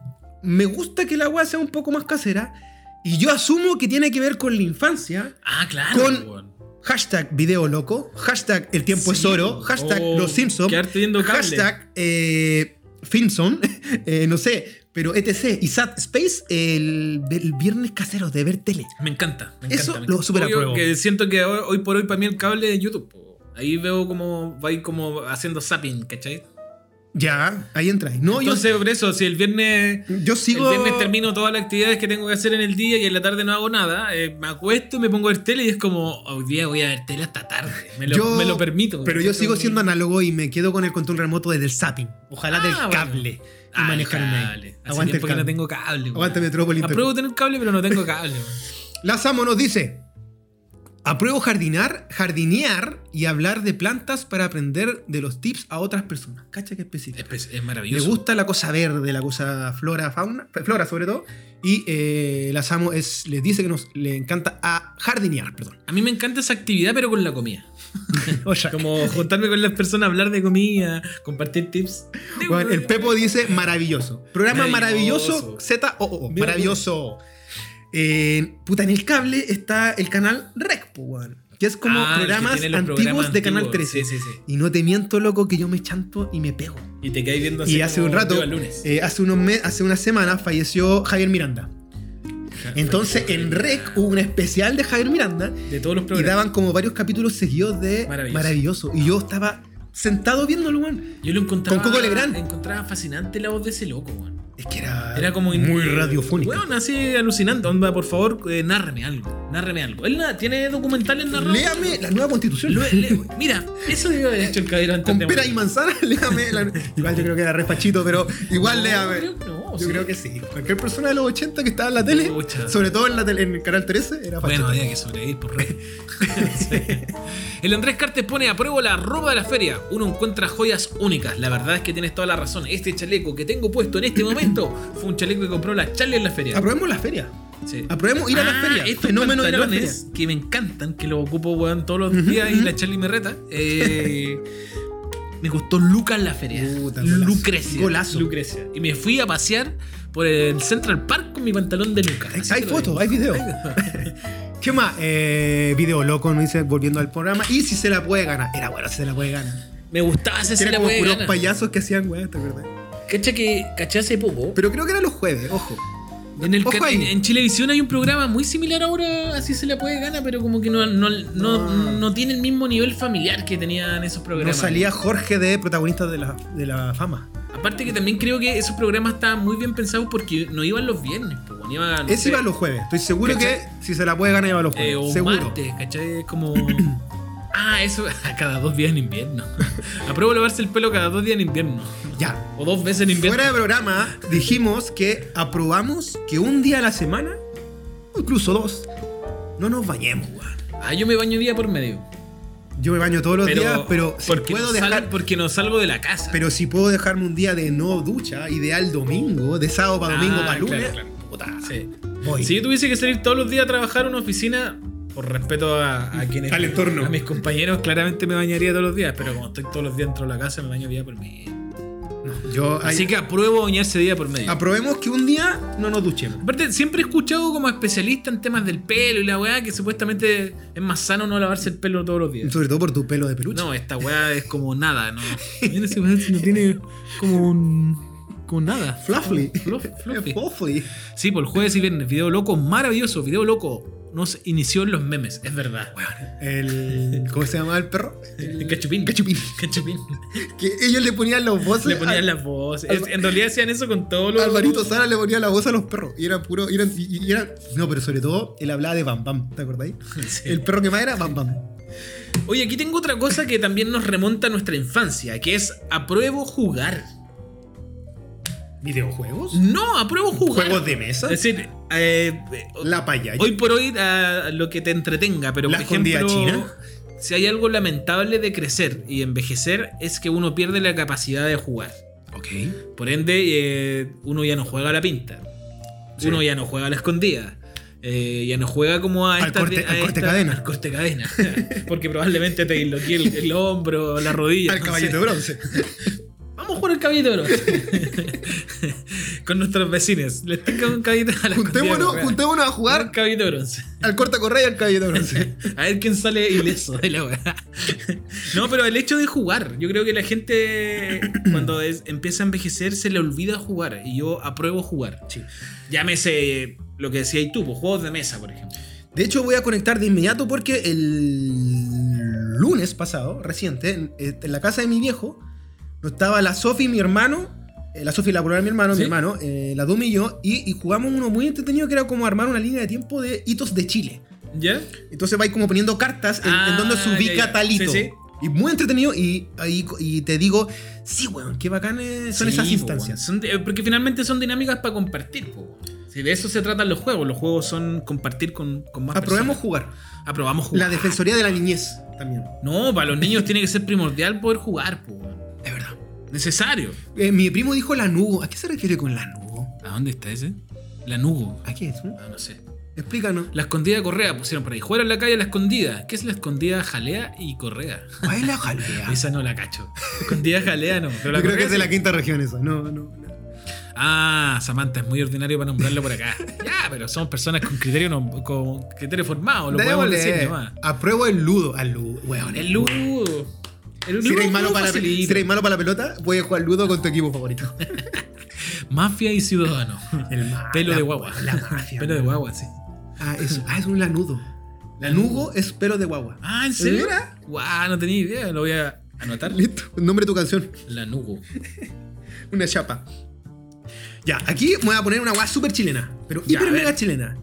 me gusta que la agua sea un poco más casera. Y yo asumo que tiene que ver con la infancia. Ah, claro. Con- weón. Hashtag video loco. Hashtag el tiempo es Sí. oro. Hashtag Oh, los Simpsons. quedarte viendo cable. Hashtag eh, Finson. eh, no sé. Pero etcétera. Y Sat Space el, el viernes casero de ver tele. Me encanta. Me Eso encanta, me lo encanta. súper Obvio apruebo. que siento que hoy, hoy por hoy para mí el cable es YouTube. po. Ahí veo como va a ir como haciendo zapping, ¿cachai? Ya, ahí entráis. No, Entonces, por eso, si el viernes, yo, yo sigo. el viernes termino todas las actividades que tengo que hacer en el día y en la tarde no hago nada, eh, me acuesto y me pongo a ver tele y es como, hoy día voy a ver tele hasta tarde. Me lo, yo- me lo permito. Pero yo sigo siendo análogo y me quedo con el control remoto desde el zapping. Ojalá Ah, del bueno. cable. Y Ah, el manejarme. cable. Hace Aguante el tiempo que no cable. tengo cable. weón. Aguante Metrópolis. Apruebo tener cable, pero no tengo cable. weón. La Samo nos dice: apruebo jardinar, jardinear y hablar de plantas para aprender de los tips a otras personas. Cacha que específico. Es, es Me maravilloso. gusta la cosa verde, la cosa flora, fauna, flora sobre todo. Y eh, la Samo es, les dice que nos le encanta a jardinear, perdón. A mí me encanta esa actividad, pero con la comida. O sea, Como juntarme con las personas, hablar de comida, compartir tips. bueno, el Pepo dice maravilloso. Programa Maravilloso. maravilloso, Z O O O. Mira, Maravilloso. Eh, puta, en el cable está el canal Rec, po, weón, que es como Ah, el que programas tiene los antiguos programas de Canal antiguos. trece. Sí, sí, sí. Y no te miento, loco, que yo me chanto y me pego. Y te caes viendo así Y hace como un rato, Viva el lunes. eh, hace, unos mes, hace unas semanas, falleció Javier Miranda. Entonces en Rec hubo un especial de Javier Miranda de todos los y programas. daban como varios capítulos seguidos de Maravilloso. Maravilloso. Y yo estaba sentado viéndolo, weón. Yo lo encontraba. con Coco Legrand. Encontraba fascinante la voz de ese loco, weón. Es que era, Era como muy in- radiofónico. Weón, así alucinante. Onda, por favor, eh, nárreme algo. Nárreme algo. Él na- tiene documentales narrados. Léame la nueva constitución. Lo- le- mira, eso debió haber hecho el caballero antes Con de pera morir. y manzana, léame. la- Igual yo creo que era re fachito, pero igual No, léame. creo que no, yo sí. creo que sí. Cualquier persona de los ochenta que estaba en la tele, Pucha. sobre todo en, la tele, en el canal trece, era fachito. Bueno, había que sobrevivir por red. Sí. El Andrés Cartes pone apruebo la ropa de la feria. Uno encuentra joyas únicas. La verdad es que tienes toda la razón. Este chaleco que tengo puesto en este momento fue un chaleco que compró la Charlie en la feria. Aprobemos la feria. Sí. Aprobemos ir a las Ah, ferias. estos Fenómeno de ir a las pantalones ferias. que me encantan, que los ocupo, weón, todos los Ujú, días y ujú. la Charlie me reta. Eh, me costó lucas la feria. Puta, golazo. Lucrecia. Golazo. Lucrecia. Y me fui a pasear por el Central Park con mi pantalón de lucas. Así Hay te lo fotos, digo. hay videos. ¿Qué más? Eh, video loco, nos dice, volviendo al programa. Y si se la puede ganar. Era bueno, si se la puede ganar. Me gustaba ese se Era la como puede puros ganar. payasos que hacían weá, ¿te acuerdas? Cacha que caché hace poco. Pero creo que eran los jueves, ojo. En, el Ojo can- ahí. en, en Chilevisión hay un programa muy similar ahora, así se la puede ganar, pero como que no, no, no, No. no tiene el mismo nivel familiar que tenían esos No programas. salía Jorge de protagonista de la, de la fama. Aparte que también creo que esos programas estaban muy bien pensados porque no iban los viernes, pues, bueno, iban, no Ese sé, iba los jueves. Estoy seguro ¿Cachai? que si se la puede ganar iba los eh, jueves. o seguro. martes, ¿cachai? Es como... Ah, eso cada dos días en invierno. Apruebo lavarse el pelo cada dos días en invierno. Ya. O dos veces en invierno. Fuera de programa, dijimos que aprobamos que un día a la semana, o incluso dos, no nos bañemos, weón. Ah, yo me baño día por medio. Yo me baño todos los días, pero si porque, puedo no dejar. sal- porque no salgo de la casa. Pero si puedo dejarme un día de no ducha, ideal domingo, de sábado para domingo Ah, para lunes, claro, claro. puta, Sí. voy. Si yo tuviese que salir todos los días a trabajar a una oficina, por respeto a, a quienes. Al entorno. A mis compañeros, claramente me bañaría todos los días. Pero como estoy todos los días dentro de la casa, me baño día por medio. No, yo, Así ahí- que apruebo bañarse día por medio. aprobemos que un día no nos duchemos. Aparte, siempre he escuchado como especialista en temas del pelo y la weá que supuestamente es más sano no lavarse el pelo todos los días. Sobre todo por tu pelo de peluche. No, esta weá es como nada, ¿no? Mira ese weá si no tiene como un. Como nada. Fluffy. Fluff- fluffy. Fluffy. Sí, por el jueves y viernes. Video loco, maravilloso. Video loco nos inició en los memes, es verdad. El, ¿cómo se llamaba el perro? El cachupín. Cachupín. Cachupín. Que ellos le ponían los voces. Le ponían a- las voces. Alba- Es- en realidad hacían eso con todos los. Alvarito Sara le ponía la voz a los perros. Y eran puro. Y eran, y- y eran- no, pero sobre todo, él hablaba de Bam Bam. ¿Te acordáis? Sí. El perro que más era Bam Bam. Oye, aquí tengo otra cosa que también nos remonta a nuestra infancia, que es apruebo jugar. ¿Videojuegos? No, apruebo jugar. ¿Juegos de mesa? Es decir, eh, eh, La payaya. hoy por hoy a lo que te entretenga, pero ¿La por ejemplo, escondida china? si hay algo lamentable de crecer y envejecer es que uno pierde la capacidad de jugar. Ok. Por ende, eh, uno ya no juega a la pinta. Sí. Uno ya no juega a la escondida. Eh, ya no juega como a Al estas- corte- a al corte esta- cadena. Al corte cadena. Porque probablemente te disloqué el, el hombro, la rodilla. Al no caballito sé. de bronce. Vamos a jugar al caballito de bronce. Con nuestros vecinos. Les tengo un caballito a la Juntémonos, escondida, juntémonos a Un jugar caballito de bronce. al corta correa y al caballito de bronce. A ver quién sale ileso de la weá. No, pero el hecho de jugar. Yo creo que la gente cuando es- empieza a envejecer se le olvida jugar. Y yo apruebo jugar. Sí. Llámese lo que decías tú, pues, juegos de mesa, por ejemplo. De hecho, voy a conectar de inmediato porque el lunes pasado, reciente, en, en la casa de mi viejo, no estaba la Sofi y mi hermano. eh, La Sofi la prueba de mi hermano, ¿Sí? mi hermano, eh, la Dumi y yo, y, y jugamos uno muy entretenido que era como armar una línea de tiempo de hitos de Chile. ¿Ya? Entonces vais como poniendo cartas en, Ah, en donde se ubica ya, ya. tal hito. Sí, sí. Y muy entretenido, y, ahí, y te digo, sí, weón, qué bacanes son Sí, esas po, instancias. son de- porque finalmente son dinámicas para compartir. Po. Si de eso se tratan los juegos. Los juegos son compartir con, con más Aprobemos personas. jugar. Aprobamos jugar. La Defensoría de la Niñez también. No, para los niños tiene que ser primordial poder jugar. Po. Es verdad. Necesario. Eh, mi primo dijo lanugo. ¿A qué se refiere con lanugo? ¿A dónde está ese? La Nugo. ¿A qué es? Ah, no sé. Explícanos. La escondida de correa pusieron por ahí. Jugar en la calle a la escondida. ¿Qué es la escondida jalea y correa? ¿Cuál es la jalea? Esa no la cacho. Escondida jalea no. Pero la Yo creo que correa es de la sí. quinta región esa. No, no. no. Ah, Samantha, es muy ordinario para nombrarlo por acá. Ya, pero somos personas con criterio, no, con criterio formado. Lo podemos Démosle. decir nomás. Apruebo el ludo. Al ludo. Weón, El ludo. El Si ludo eres, malo es para la, facilito. si eres malo para la pelota, voy a jugar ludo con tu equipo favorito. Mafia y ciudadano. El ma- Pelo la- de guagua. la mafia, Pelo de man. guagua, sí. Ah, es, ah, es un lanudo. Lanugo es pelo de guagua. Ah, ¿en serio? Mira. Guau, no tenía idea. Lo voy a anotar. Listo. Nombre de tu canción. La Nugo. Una chapa. Ya, aquí me voy a poner una guagua súper chilena. Pero Ya, hiper a ver. mega chilena.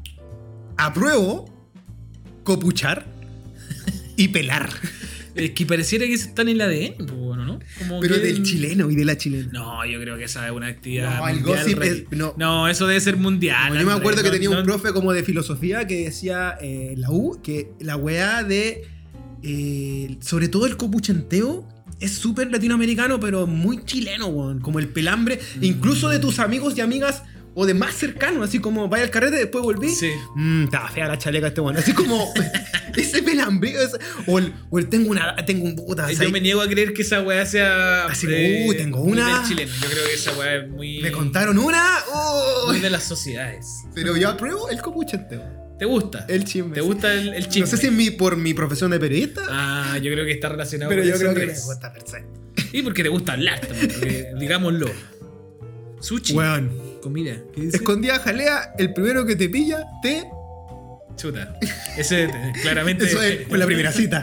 Apruebo copuchar y pelar. Es que pareciera que eso está en el A D N, pues, bueno, ¿no? Como Pero que- del chileno y de la chilena. No, yo creo que esa es una actividad. No, el mundial, gossip re- es- no. no, eso debe ser mundial. No, yo me Andrés, acuerdo que no- tenía un no- profe como de filosofía que decía eh, en la U que la weá de. eh, sobre todo el copuchenteo es súper latinoamericano, pero muy chileno, weón. Como el pelambre, incluso de tus amigos y amigas O de más cercano, así como vaya al carrete, después volví. Sí. Mmm, estaba fea la chaleca este bueno. Así como ese pelambeo. ese- O el, o el tengo una. Tengo un puta. Yo ¿sabes? me niego a creer que esa weá sea. Así como, uy, tengo muy una. del chileno. Yo creo que esa weá es muy. Me contaron una. Oh. Muy de las sociedades. Pero yo apruebo el copuchenteo. ¿Te gusta? El chisme. ¿Te gusta el, el chisme? No sé si es mi, por mi profesión de periodista. Ah, yo creo que está relacionado pero con yo eso, creo que me Andrés. gusta perfecto. Y porque te gusta hablar también, porque, digámoslo. Sushi. Weón. Comida. ¿Qué dice? Escondida jalea, el primero que te pilla, te. Chuta. Ese eh, claramente. Eso es fue la primera cita.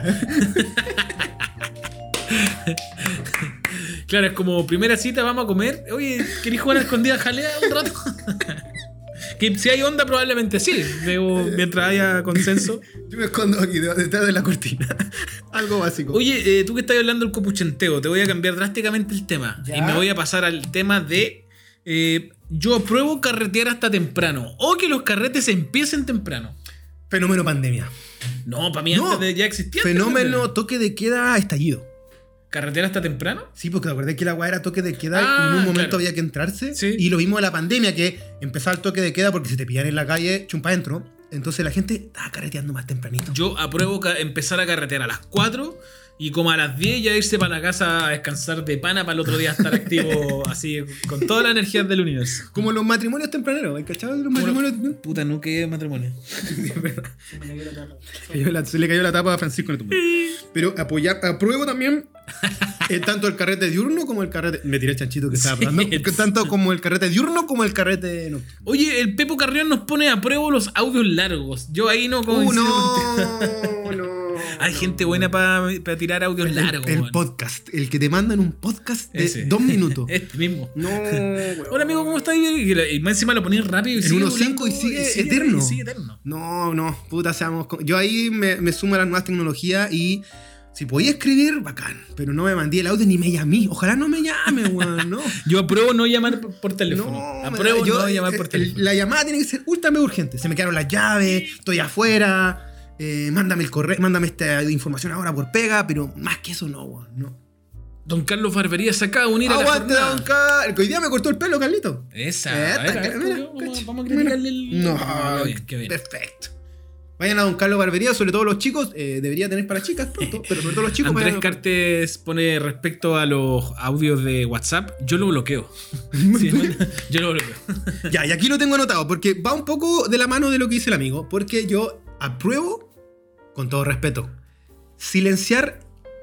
Claro, es como primera cita, vamos a comer. Oye, ¿querés jugar a escondida jalea un rato? Que si hay onda, probablemente sí. Debo, mientras haya consenso. Yo me escondo aquí detrás de la cortina. Algo básico. Oye, eh, tú que estás hablando del copuchenteo, te voy a cambiar drásticamente el tema. ¿Ya? Y me voy a pasar al tema de. eh, yo apruebo carretear hasta temprano. O que los carretes empiecen temprano. Fenómeno pandemia. No, para mí No. antes de ya existía. Fenómeno toque de queda estallido. ¿Carretear hasta temprano? Sí, porque te acordás que la weá era toque de queda Ah, y en un momento claro. había que entrarse. Sí. Y lo mismo de la pandemia, que empezaba el toque de queda porque si te pillan en la calle, chumpa adentro. Entonces la gente estaba carreteando más tempranito. Yo apruebo ca- empezar a carretear a las cuatro y como a las diez ya irse para la casa a descansar de pana para el otro día estar activo así con toda la energía del universo. Como los matrimonios tempraneros, ¿hay cachado de los Como matrimonios? lo- Puta, no quedé matrimonio. Cayó la- se le cayó la tapa a Francisco en el tumor. Pero apoyar, apruebo también eh, tanto el carrete diurno como el carrete. Me tiré el chanchito que estaba Sí, hablando. sí. Tanto como el carrete diurno como el carrete nocturno. Oye, el Pepo Carrión nos pone a prueba los audios largos. Yo ahí no Uh, coincido contigo. no, no. Hay gente buena para tirar audios El, largos. el weón. podcast, el que te mandan un podcast de Ese. dos minutos. Este mismo. No, weón. Hola amigo, ¿cómo estás? Y, la- y más encima lo ponés rápido y En sigue uno volando, cinco y sigue eterno. y sigue eterno. No, no, puta, seamos. con- Yo ahí me, me sumo a las nuevas tecnologías y si podía escribir, bacán. Pero no me mandé el audio ni me llamé. Ojalá no me llame, weón, no. Yo apruebo no llamar por, por teléfono. No, apruebo me da- yo- no llamar por el- teléfono. La llamada tiene que ser ultra mega urgente. Se me quedaron las llaves, estoy afuera. eh, mándame el correo, mándame esta información ahora por pega, pero más que eso no, weón, no. Don Carlos Barbería se acaba de unir a la Aguante, jornada. don Car- que hoy día me cortó el pelo, Carlito. Esa. Eh, a ver, a ver, mira, vamos, cacha, vamos a mira. criticarle el. No, Ah, qué bien, qué bien. perfecto. Vayan a Don Carlos Barbería, sobre todo los chicos. eh, debería tener para chicas pronto, pero sobre todo los chicos. Andrés vayan a- Cartes pone respecto a los audios de WhatsApp, yo lo bloqueo. Sí, yo lo bloqueo. Ya, y aquí lo tengo anotado, porque va un poco de la mano de lo que dice el amigo, porque yo apruebo, con todo respeto, silenciar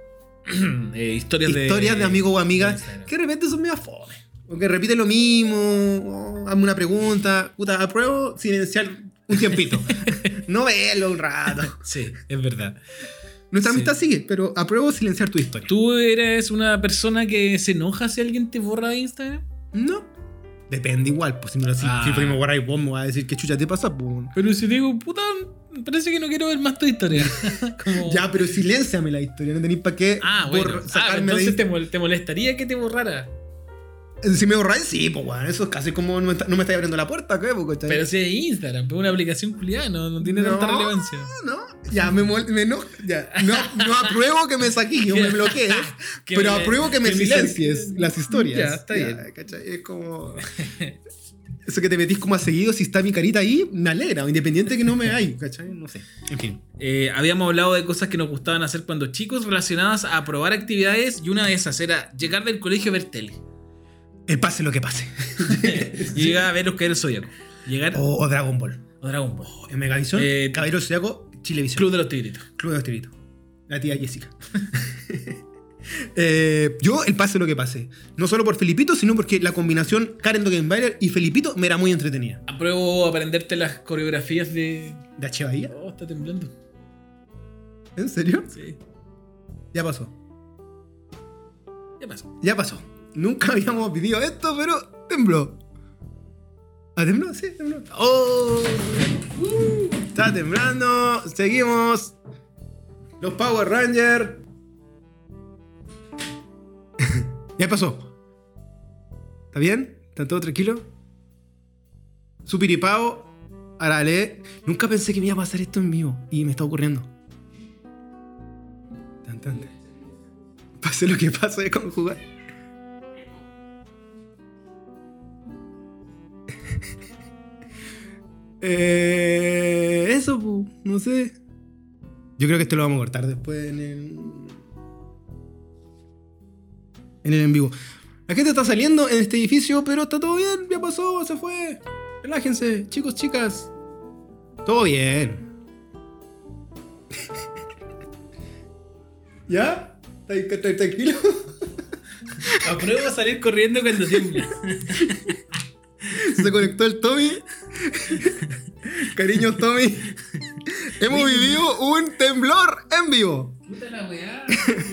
Eh, historias de. historias de amigos o de amigas Instagram. que de repente son medio fome. O que repiten lo mismo, o hazme una pregunta. Puta, apruebo silenciar un tiempito. No verlo un rato. Sí, es verdad. Nuestra Sí. amistad sigue, pero apruebo silenciar tu historia. ¿Tú eres una persona que se enoja si alguien te borra de Instagram? No. Depende igual, pues si me lo si, Ah. si por ahí me borráis vos me vas a decir qué chucha te pasa, pues. Pero si digo, puta, parece que no quiero ver más tu historia. Como- Ya, pero silénciame la historia, no tenéis para qué Ah, bor- bueno. Ah, sacarme entonces de te, mol- te molestaría que te borrara. Si me borráis, sí, pues bueno, eso es casi como no me, está- no me estáis abriendo la puerta, ¿qué? Pues, ¿cachai? Pero si es Instagram, es una aplicación culiada, no, no tiene tanta No, relevancia. No, ya me, mol- me enojo, ya. No, no apruebo que me saquís o me bloquees, Que pero me- apruebo que me que me silencies silencies. las historias. Ya, está bien. ¿cachai? Es como... Eso que te metís como a seguido, si está mi carita ahí, me alegra, independiente que no me hay, ¿cachai? No sé. En fin. Eh, habíamos hablado de cosas que nos gustaban hacer cuando chicos relacionadas a probar actividades y una de esas era llegar del colegio a ver tele. El pase lo que pase. Y llegar a ver los Caballeros del Zodiaco. Llegar O, o Dragon Ball. a Dragon Ball. En Megavisión, Eh, Caballero Zodiaco, Chilevisión. Club de los Tigritos. Club de los Tigritos. La tía Jessica. Eh, yo el pase lo que pase. No solo por Felipito, sino porque la combinación Karen Dogenbailer y Felipito me era muy entretenida. Apruebo aprenderte las coreografías de. ¿De H. Bahía? Oh, está temblando. ¿En serio? Sí. Ya pasó. ¿Qué pasó? Ya pasó. Nunca habíamos vivido esto, pero tembló. ¿Ah, tembló? Sí, tembló. ¡Oh! Uh, está temblando. Seguimos. Los Power Rangers. Ya pasó. ¿Está bien? ¿Están todos tranquilos? Supiripao. Arale. Nunca pensé que me iba a pasar esto en vivo. Y me está ocurriendo. Tan, tan, tan. Pase lo que pase con jugar. Eh, eso, pu, no sé. Yo creo que esto lo vamos a cortar después en el. En el en vivo. La gente está saliendo en este edificio, pero está todo bien, ya pasó, se fue. Relájense, chicos, chicas. Todo bien. ¿Ya? ¿Estás está, tranquilo? Apruebo a salir corriendo cuando tiembla. Se conectó el Tommy. Cariño, Tommy. Hemos vivido un temblor en vivo. Puta la weá.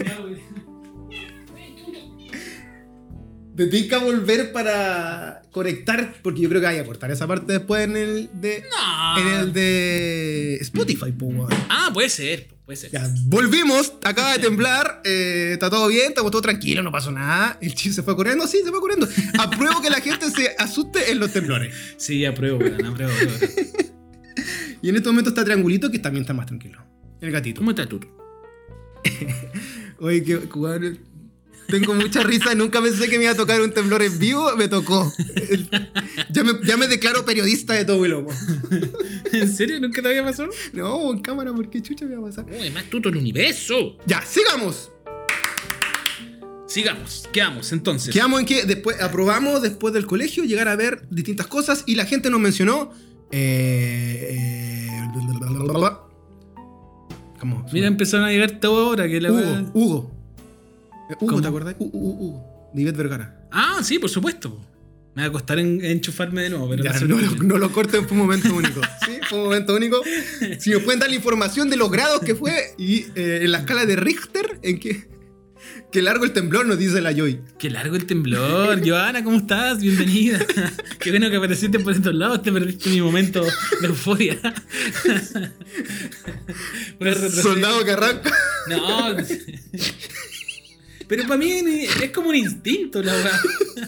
Te tinca volver para conectar, porque yo creo que vaya a cortar esa parte después en el de. No. En el de Spotify, po, weón. Ah, puede ser, puede ser. Ya, volvimos, acaba de temblar, eh, está todo bien, estamos todo tranquilo, no pasó nada. El chip se fue corriendo, sí, se fue corriendo. Apruebo que la gente se asuste en los temblores. Sí, apruebo, weón, apruebo, apruebo. Y en este momento está Triangulito, que también está más tranquilo. El gatito. ¿Cómo estás tú? Oye, que jugar. Tengo mucha risa, nunca pensé que me iba a tocar un temblor en vivo, me tocó. Ya me, ya me declaro periodista de todo el lomo. ¿En serio? ¿Nunca te había pasado? No, en cámara, ¿por qué chucha me va a pasar? Uy, más tuto el universo. Ya, sigamos. Sigamos, quedamos entonces. Quedamos en que después aprobamos después del colegio llegar a ver distintas cosas y la gente nos mencionó. Eh, eh, ¿Cómo? Mira, empezaron a llegar todo ahora que la Hugo, weá- Hugo. Eh, Hugo, ¿Cómo? ¿te acordás? Hugo, Hugo, Hugo. De Ivette Vergara. Ah, sí, por supuesto. Me va a costar en- enchufarme de nuevo, pero Ya, no, se no, preocupen. lo, no lo corten, fue un momento único. Sí, fue un momento único. Si nos pueden dar la información de los grados que fue y eh, en la escala de Richter, en qué, qué largo el temblor, nos dice la Joy. Qué largo el temblor. Joana, ¿cómo estás? Bienvenida. Qué bueno que apareciste por estos lados. Te perdiste mi momento de euforia. Pura retroceso. Soldado que arranca. No. Pero para mí es como un instinto, la verdad.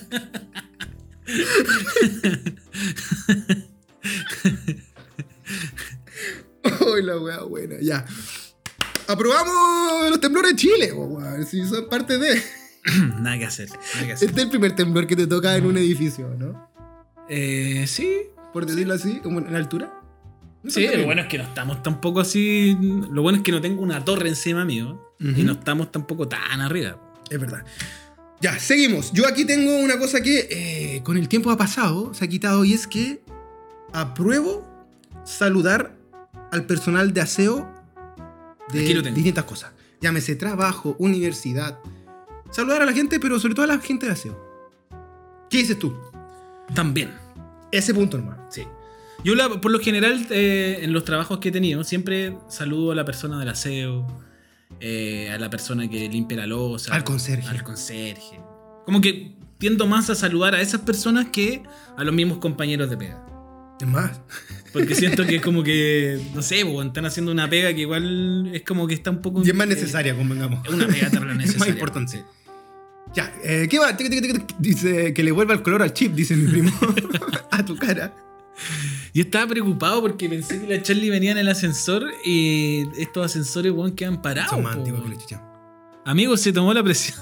Uy, la wea buena, ya. Aprobamos los temblores de Chile, po, weón. Si son parte de. Nada que hacer. Nada que hacer. Este es el primer temblor que te toca en un edificio, ¿no? Eh, sí. Por decirlo así, como en altura. No Sí, está lo bien. bueno es que no estamos tampoco así. Lo bueno es que no tengo una torre encima mío. Ujú. Y no estamos tampoco tan arriba. Es verdad. Ya, seguimos. Yo aquí tengo una cosa que eh, con el tiempo ha pasado, se ha quitado, y es que apruebo saludar al personal de aseo de Aquí lo tengo. distintas cosas. Llámese trabajo, universidad. Saludar a la gente, pero sobre todo a la gente de aseo. ¿Qué dices tú? También. Ese punto nomás. Sí. Yo la- por lo general eh, en los trabajos que he tenido siempre saludo a la persona del aseo, eh, a la persona que limpia la loza, Al conserje. al conserje. Como que tiendo más a saludar a esas personas que a los mismos compañeros de pega. Es más. Porque siento que es como que, no sé, pues, están haciendo una pega que igual es como que está un poco... Y es más eh, necesaria, convengamos. Es una pega terrible necesaria. Es más importante. Ya, eh, ¿qué va? Tic, tic, tic, tic. Dice que le vuelva el color al chip, dice mi primo. A tu cara. Yo estaba preocupado porque pensé que la Charlie venía en el ascensor y estos ascensores, weón, quedan parados. Son más po, antiguos que weón. la chicha. Amigo, se tomó la presión.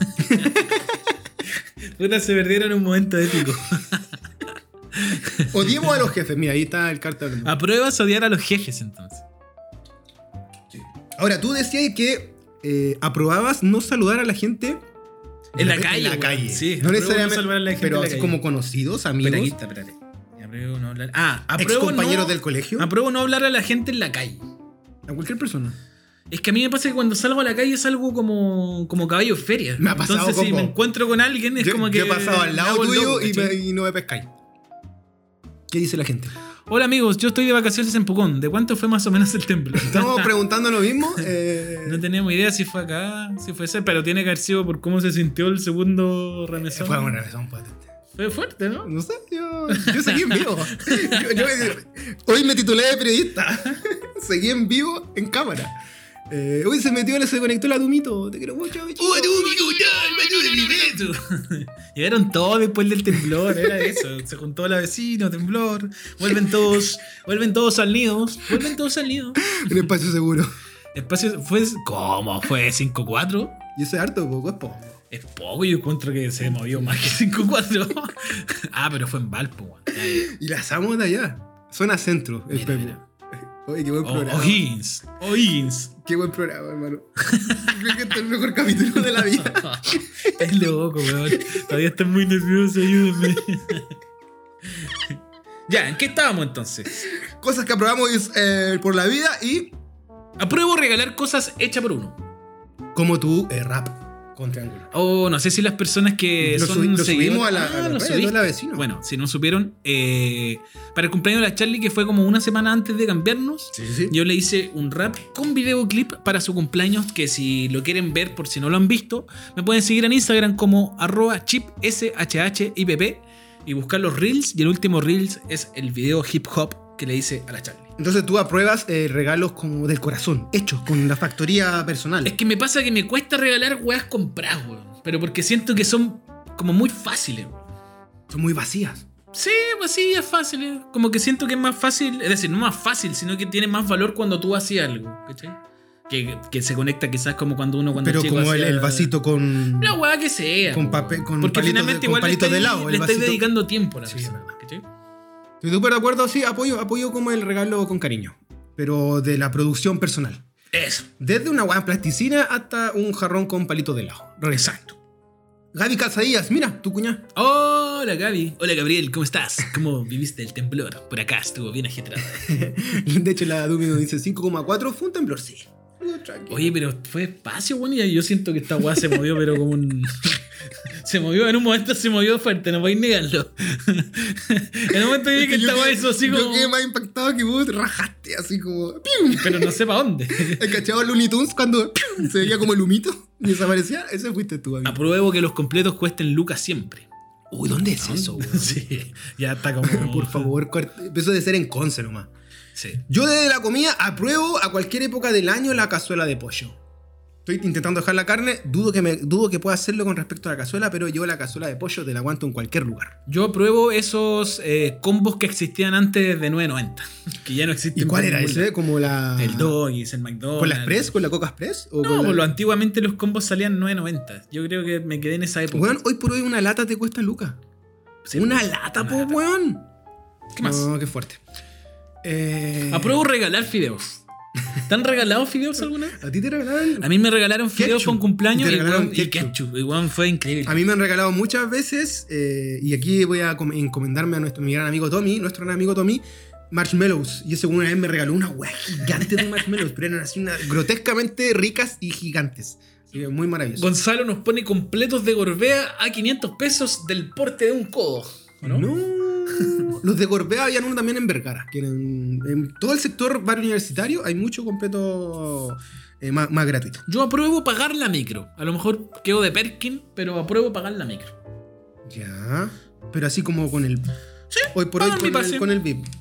Puta, se perdieron un momento épico. Odiemos a los jefes. Mira, ahí está el cartel. Apruebas odiar a los jefes, entonces. Ahora, tú decías que eh, aprobabas no saludar a la gente En la en calle, la weón. calle. Sí, no apruebo necesariamente. no saludar a la gente pero en la así calle. como conocidos, amigos, Pero aquí está, espérate. Apruebo no hablar. Ah, apruebo ex compañeros no, del colegio, apruebo no hablar a la gente en la calle. a cualquier persona. Es que a mí me pasa que cuando salgo a la calle salgo como, como caballo de feria. Me ha pasado Entonces, si con me vos. encuentro con alguien, es yo, como que. yo he pasado al me lado hago el tuyo loco, y, ¿cachai? me- y no me pescáis. ¿Qué dice la gente? Hola amigos, yo estoy de vacaciones en Pucón. ¿De cuánto fue más o menos el templo? Estamos preguntando lo mismo. eh, No tenemos idea si fue acá, si fue ese, pero tiene que haber sido por cómo se sintió el segundo remesón. Fue una razón potente. Fue fuerte, ¿no? No sé, yo, yo seguí en vivo. Yo- yo me- hoy me titulé de periodista. Seguí en vivo en cámara. Eh, uy, se metió, se conectó la Dumito. Te quiero mucho, bicho. Llegaron todos después del temblor, era eso. Se juntó la vecino, temblor. Vuelven todos, vuelven todos al nido. Vuelven todos al nido. Un espacio seguro. Espacio fue. ¿Cómo? ¿Fue cinco cuatro? Y eso es harto, poco es poco. Es poco, yo encuentro que se movió más que cinco cuatro. Ah, pero fue en Valpo, weón. Y la asamos de allá. Zona Centro, el Mira, Pepo. mira. Oye, qué buen O- programa. O'Higgins. O'Higgins. Qué buen programa, hermano. Creo que este es el mejor capítulo de la vida. Es loco, weón. Todavía estoy muy nervioso, ayúdenme. Ya, ¿en qué estábamos entonces? Cosas que aprobamos eh, por la vida y Apruebo regalar cosas hechas por uno. como tu eh, rap con Triángulo. O no sé si las personas que Lo, son subi- lo seguidores- subimos a la, Ah, a la lo red, subiste. ¿no? La vecina. Bueno, si no supieron, eh, para el cumpleaños de la Charlie, que fue como una semana antes de cambiarnos, Sí, sí. yo le hice un rap con videoclip para su cumpleaños, que si lo quieren ver, por si no lo han visto, me pueden seguir en Instagram como arroba chip shhipp y buscar los reels, y el último reels es el video hip hop que le hice a la Charlie. Entonces tú apruebas eh, regalos como del corazón, hechos con la factoría personal. Es que me pasa que me cuesta regalar weas compradas, weón, pero porque siento que son como muy fáciles, weón. Son muy vacías. Sí, pues sí, es fácil. eh. Como que siento que es más fácil, es decir, no más fácil, sino que tiene más valor cuando tú hacías algo, ¿cachai? Que, que se conecta quizás como cuando uno cuando Pero chico como el, hacía- el vasito con, La weá que sea. con papel, con Porque palitos, finalmente de, con igual le palitos estáis, de helado. le El estáis vasito. dedicando tiempo a la Sí, persona, es verdad. ¿cachai? Estoy súper de acuerdo, sí, apoyo, apoyo como el regalo con cariño. Pero de la producción personal. Eso. Desde una guan plasticina hasta un jarrón con palitos de helado. Exacto. Gaby Calzadillas, mira, tu cuñada. Hola Gaby. Hola Gabriel, ¿cómo estás? ¿Cómo viviste el temblor? Por acá estuvo bien ajetreado. De hecho, la Dumi nos dice cinco coma cuatro, fue un temblor, sí. Tranquilo. Oye, pero fue espacio, bueno, y yo siento que esta weá se movió, pero como un. Se movió, en un momento se movió fuerte, no podéis negarlo. En un momento vi que esta weá hizo así como. Yo quedé más impactado que vos rajaste así como. ¡Pium! Pero no sé para dónde. ¿El cachado Looney Tunes cuando ¡pium! Se veía como el humito y desaparecía? Ese fuiste tú, amigo. Apruebo que los completos cuesten lucas siempre. Uy, ¿dónde es eso, weón? Sí, ya está como. Por favor, cuart- empezó de ser en Conce nomás. Sí. Yo desde la comida apruebo a cualquier época del año la cazuela de pollo. Estoy intentando dejar la carne, dudo que, me, dudo que pueda hacerlo con respecto a la cazuela, pero yo la cazuela de pollo te la aguanto en cualquier lugar. Yo apruebo esos eh, combos que existían antes de nueve noventa. Que ya no existen. ¿Y cuál por era ningún ese? lado. Como la... El Doggies, el McDonald's. ¿Con la Express? ¿Con la Coca Express? ¿O No, con la... pues lo, antiguamente los combos salían nueve noventa. Yo creo que me quedé en esa época. Weón, hoy por hoy una lata te cuesta lucas. Sí, una pues, lata, una po, lata. weón. ¿Qué más? No, qué fuerte. Eh... Apruebo regalar fideos. ¿Te han regalado fideos alguna vez? ¿A ti te regalaron? A mí me regalaron fideos Ketchup. con cumpleaños Y te y, regalaron weón, y ketchup. ketchup. Y weón, fue increíble. A mí me han regalado muchas veces, eh, y aquí voy a com- encomendarme a nuestro mi gran amigo Tommy, nuestro gran amigo Tommy, marshmallows. Y ese una vez me regaló una weá gigante de marshmallows, pero eran así una, grotescamente ricas y gigantes. Así que muy maravilloso. Gonzalo nos pone completos de Gorbea a quinientos pesos del porte de un codo. ¿o ¿No? No. Los de Gorbea habían uno también en Vergara. Que en, en todo el sector barrio universitario hay mucho completo eh, más, más gratuito. Yo apruebo pagar la micro. A lo mejor quedo de Perkin, pero apruebo pagar la micro. Ya. Pero así como con el. Sí, Hoy por hoy pagan mi con pase. el, con el V I P.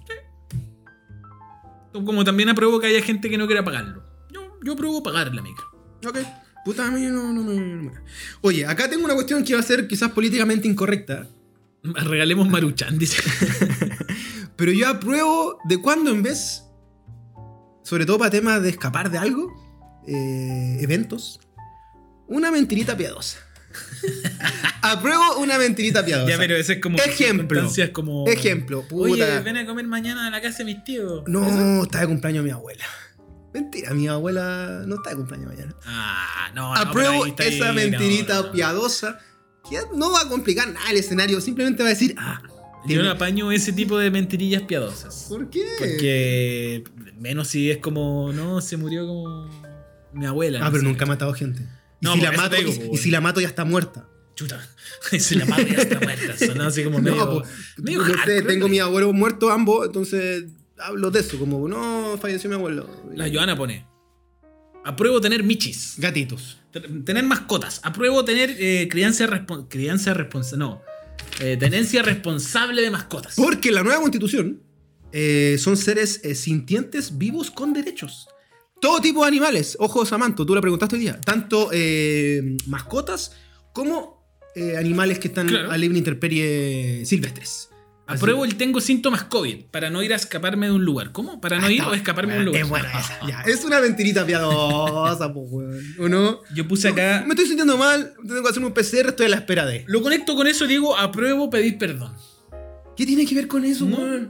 Como también apruebo que haya gente que no quiera pagarlo. Yo, yo apruebo pagar la micro. Ok. Puta, a mí no, no, no, no me- Oye, acá tengo una cuestión que va a ser quizás políticamente incorrecta. Regalemos Maruchan, dice. Pero yo apruebo de cuando en vez, sobre todo para temas de escapar de algo, eh, eventos, una mentirita piadosa. Apruebo una mentirita piadosa. Ya, pero ese es como. Ejemplo. circunstancias como. Ejemplo, puta. Oye, ven a comer mañana a la casa de mis tíos. ¿Eso? No, está de cumpleaños mi abuela. Mentira, mi abuela no está de cumpleaños mañana. Ah, no, no. Apruebo pero ahí está esa ahí, mentirita no, no, no. piadosa que no va a complicar nada el escenario, simplemente va a decir, ah, Yo tiene- no apaño ese tipo de mentirillas piadosas. ¿por qué? Porque menos si es como, no, se murió como mi abuela. Ah, no pero sé. nunca ha matado gente. Y, No, si, por la eso mato, te digo, y- po, y si la mato ya está muerta. Chuta. Si la madre ya está muerta. Sonó así como medio. No, pues, medio no sé, hardcore, tengo ¿no? mi abuelo muerto ambos, entonces hablo de eso, como no, falleció mi abuelo. La Joana pone. Apruebo tener michis. Gatitos. T- Tener mascotas. Apruebo tener eh, crianza, respon- crianza responsable. No. Eh, tenencia responsable de mascotas. Porque la nueva constitución eh, son seres eh, sintientes, vivos, con derechos. Todo tipo de animales. Ojo, Samanto, tú la preguntaste hoy día. Tanto eh, mascotas como eh, animales que están Claro. a libre intemperie silvestres. Así- Apruebo el tengo síntomas COVID para no ir a escaparme de un lugar. ¿Cómo? Para no Ah, ir está o escaparme de buena, un lugar. Es buena esa. Ya, es una mentirita piadosa, po, weón. ¿O no? Yo puse acá. Me estoy sintiendo mal, tengo que hacer un P C R, estoy a la espera de. Lo conecto con eso y digo, apruebo pedir perdón. ¿Qué tiene que ver con eso, No. weón?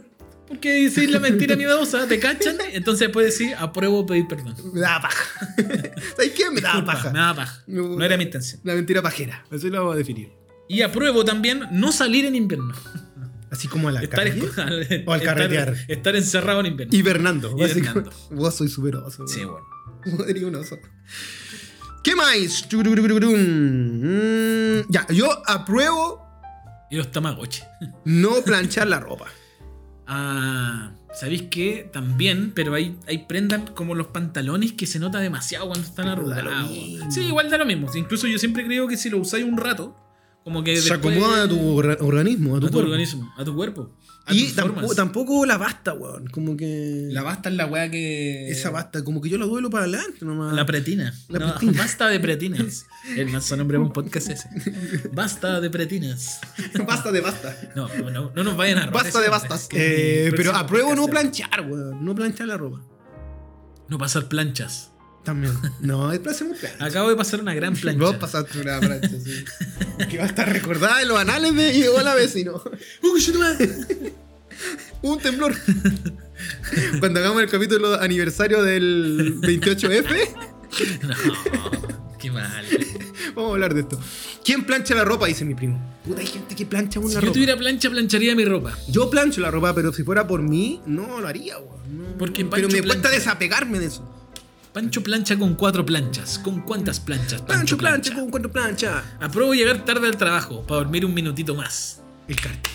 Porque decís la mentira miedosa, te cachan, entonces después decir, apruebo pedir perdón. Me daba paja. ¿Sabes qué? Me daba Disculpa, paja. Me daba paja. No era mi intención. La mentira pajera. Así lo vamos a definir. Y apruebo también no salir en invierno. Así como a la Estar, calle. estar- O al carretear. Estar, estar encerrado en invierno. Hibernando. Hibernando. básicamente. Vos sois súper oso. Sí, bueno. Vos eres un oso. ¿Qué más? Chururururum. Mm, Ya, yo apruebo Y los tamagotchi. no planchar la ropa. Ah, ¿sabéis qué? También, pero hay, hay prendas como los pantalones que se nota demasiado cuando están Da lo arrugados. mismo. Sí, igual da lo mismo. Incluso yo siempre creo que si lo usáis un rato, como que Se después- acomoda a tu orga- organismo, a tu, a tu cuerpo. organismo, a tu cuerpo. A Y tus tampoco, formas. tampoco la basta, weón. Como que. La basta es la weá que. Esa basta, como que yo la duelo para adelante nomás. La pretina. La No, pretina. Basta de pretinas. El más nombre de un podcast ese. Basta de pretinas. basta de basta. No, no, no nos vayan a robar Basta ese de nombre, bastas. que es mi Eh, pero próximo apruebo no podcast. planchar, weón. No planchar la ropa. No pasar planchas. También. No, es hacemos plancha. Acabo de pasar una gran plancha. Vos pasaste una plancha, sí. Que va a estar recordada en los anales de Llegó la Vecino. Uy, yo no me- Un temblor. Cuando hagamos el capítulo aniversario del veintiocho F, No, qué mal. vamos a hablar de esto. ¿Quién plancha la ropa? Dice mi primo. Puta, hay gente que plancha una Si yo ropa. tuviera plancha, plancharía mi ropa. Yo plancho la ropa, pero si fuera por mí, no lo haría, weón. No. Porque Pero Pancho me cuesta plancha. desapegarme de eso. Pancho plancha con cuatro planchas. ¿Con cuántas planchas? Pancho plancha con cuatro plancha. Apruebo llegar tarde al trabajo para dormir un minutito más. El carte.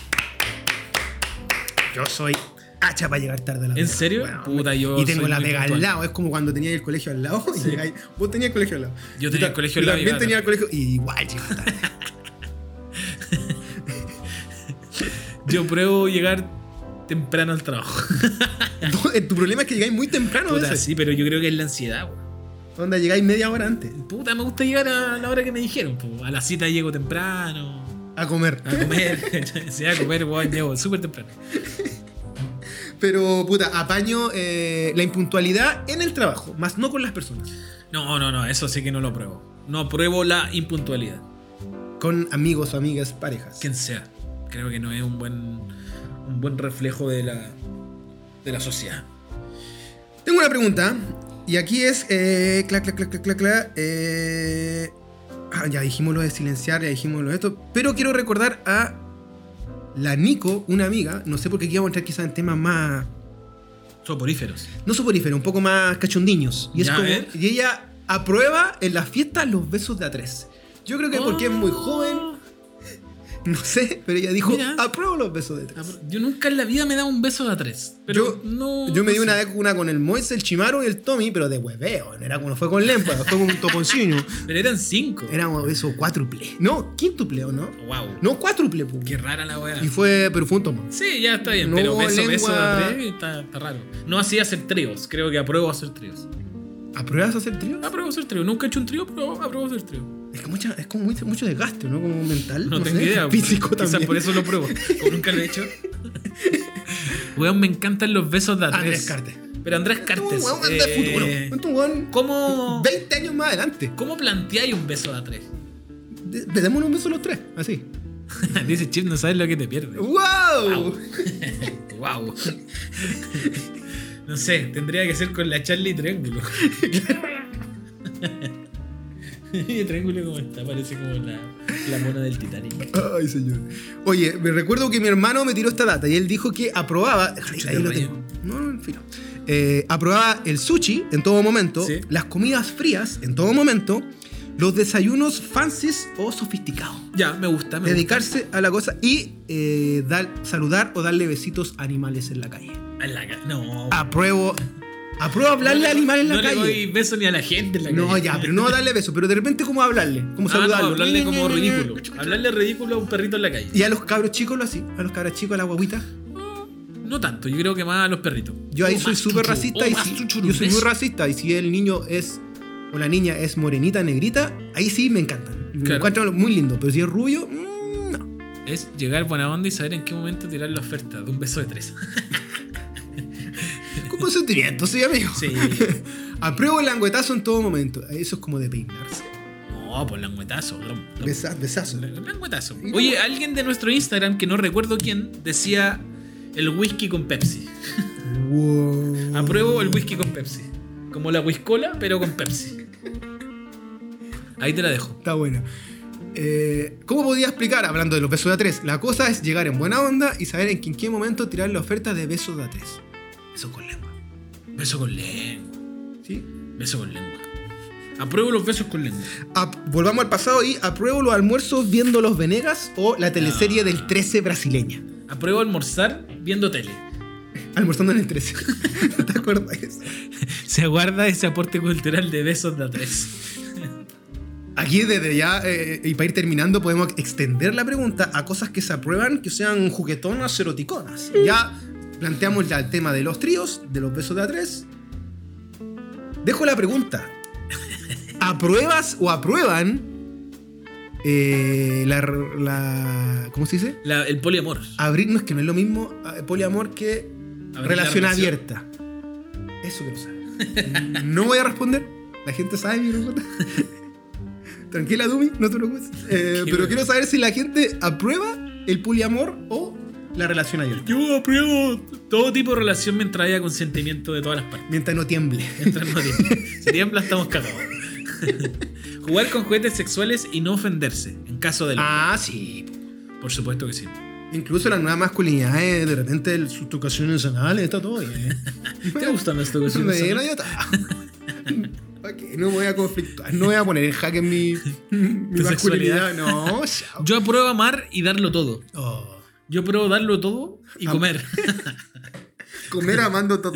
Yo soy hacha para llegar tarde a la ¿En pega. serio? Weón, Puta, yo Y tengo soy la muy pega al puntual. lado. Es como cuando tenía el colegio al lado. y Sí. llegáis- vos tenías el colegio al lado. Yo tenía el colegio al lado y También iba tenía el tarde. colegio. Y igual llegaba tarde. Yo pruebo llegar temprano al trabajo. No, eh, tu problema es que llegáis muy temprano a Puta, veces. sí, pero yo creo que es la ansiedad, weón. Onda, llegáis media hora antes. Puta, me gusta llegar a la hora que me dijeron. Po. A la cita llego temprano. A comer. A comer. Si a comer, weón, llego súper temprano. Pero, puta, apaño eh, la impuntualidad en el trabajo, más no con las personas. No, no, no, eso sí que no lo apruebo. No apruebo la impuntualidad. Con amigos, amigas, parejas. Quien sea. Creo que no es un buen, un buen reflejo de la, de la sociedad. Tengo una pregunta. Y aquí es. Eh, clac, clac, clac, clac, clac, clac, eh, ah, ya dijimos lo de silenciar, ya dijimos lo de esto. Pero quiero recordar a la Nico, una amiga. No sé por qué aquí vamos a entrar quizás en temas más. Soporíferos. No soporíferos, un poco más cachondiños. Y es Ya, como. a ver. Y ella aprueba en las fiestas los besos de a tres. Yo creo que porque es muy joven. No sé, pero ella dijo, Mira. apruebo los besos de tres. Yo nunca en la vida me he dado un beso de a tres. Pero Yo- no. Yo me di no una sé. vez una con el Moise, el Chimaro y el Tommy, pero de hueveo. No era como fue con Lempa, fue con un toponcino. Pero eran cinco. Era un beso cuádruple. No, quíntuple, ¿o no? Wow. No, cuádruple, po. Qué rara la weá. Y fue, pero fue un tomo. Sí, ya está bien. No, pero beso, lengua- beso de a tres está, está raro. No así hacer tríos. Creo que apruebo hacer tríos. ¿Apruebas hacer trío? Apruebo hacer trío. Nunca he hecho un trío, pero apruebo hacer trío. Es que mucha, es como mucho, mucho desgaste, ¿no? Como mental. No, No, tengo sé. idea. Físico Quizás también. por eso lo pruebo. Como nunca lo he hecho. Weón, me encantan los besos de a tres. Andrés Cartes. Pero Andrés Cartes. Un weón anda de eh, futuro. Es un weón ¿Cómo, veinte años más adelante. ¿Cómo planteáis un beso de a tres? De- Le damos un beso a los tres, así. Dice Chip, no sabes lo que te pierdes. ¡Wow! Wow. No sé, tendría que ser con la Charlie Triángulo. Y Triángulo como está, parece como la, la mona del Titanic. Ay, señor. Oye, me recuerdo que mi hermano me tiró esta data y él dijo que aprobaba. Chucha, Ahí te lo rayé. tengo. No, no, en fin. Eh, aprobaba el sushi en todo momento, Sí. las comidas frías en todo momento, los desayunos fancies o sofisticados. Ya, me gusta, me Dedicarse a la cosa y eh, dar, saludar o darle besitos a animales en la calle. gusta. En la ca- No. Apruebo. Apruebo hablarle a animales en la no calle. le doy beso ni a la gente en la No, calle. ya, pero no darle besos, pero de repente como hablarle, como Ah, saludarlo. no, hablarle como ridículo. Hablarle ridículo a un perrito en la calle. Y a los cabros chicos lo así, a los cabros chicos, a la guaguita. No tanto, yo creo que más a los perritos. Yo ahí Oh, soy más súper chuchu, racista oh, y más si, chuchuru, yo soy muy ¿ves? racista y si el niño es o la niña es morenita, negrita, ahí sí me encantan. Me Claro. encuentro muy lindo, pero si es rubio, mm, no. Es llegar buena onda y saber en qué momento tirar la oferta de un beso de tres. Con consentimiento, sí, amigo. Sí. Apruebo el languetazo en todo momento. Eso es como de peinarse. No, por languetazo. no, no. Besa- besazo. Languetazo. Oye, alguien de nuestro Instagram, que no recuerdo quién, decía el whisky con Pepsi. Wow. Apruebo el whisky con Pepsi. Como la whiskola, pero con Pepsi. Ahí te la dejo. Está bueno. Eh, ¿Cómo podría explicar, hablando de los besos de a tres? La cosa es llegar en buena onda y saber en qué, en qué momento tirar la oferta de besos de a tres. Beso con lengua. Beso con lengua. ¿Sí? Beso con lengua. Apruebo los besos con lengua. Ap- volvamos al pasado y apruebo los almuerzos viendo Los Venegas o la teleserie Ah. del trece brasileña. Apruebo almorzar viendo tele. Almorzando en el trece. ¿No te acuerdas de eso? Se aguarda ese aporte cultural de besos de a tres. Aquí desde ya, eh, y para ir terminando, podemos extender la pregunta a cosas que se aprueban que sean juguetonas, eroticonas. Ya planteamos ya el tema de los tríos, de los besos de a tres. Dejo la pregunta. ¿Apruebas o aprueban eh, la, la... ¿Cómo se dice? La- el poliamor. Abrir, no es que no es lo mismo eh, poliamor que Abrir relación la relación. abierta. Eso quiero saber. No voy a responder. La gente sabe mi respuesta. Tranquila, Dumi, no te preocupes. Eh, pero bueno. quiero saber si la gente aprueba el poliamor o la relación abierta. Yo apruebo todo tipo de relación mientras haya consentimiento de todas las partes. Mientras no tiemble. Mientras no tiemble. Si tiembla, estamos cagados. Jugar con juguetes sexuales y no ofenderse, en caso de lo. Ah, sí. Por supuesto que sí. Incluso la nueva masculinidad, eh, de repente el- sus tocaciones anales, está todo bien. ¿Te gustan las tocaciones? Bueno, ya está. ¿Para qué? No me voy a conflictuar, no voy a poner en jaque mi, mi Tu masculinidad. sexualidad. No, chao. Yo apruebo amar y darlo todo. Oh, Yo apruebo darlo todo y Am- comer. comer amando todo.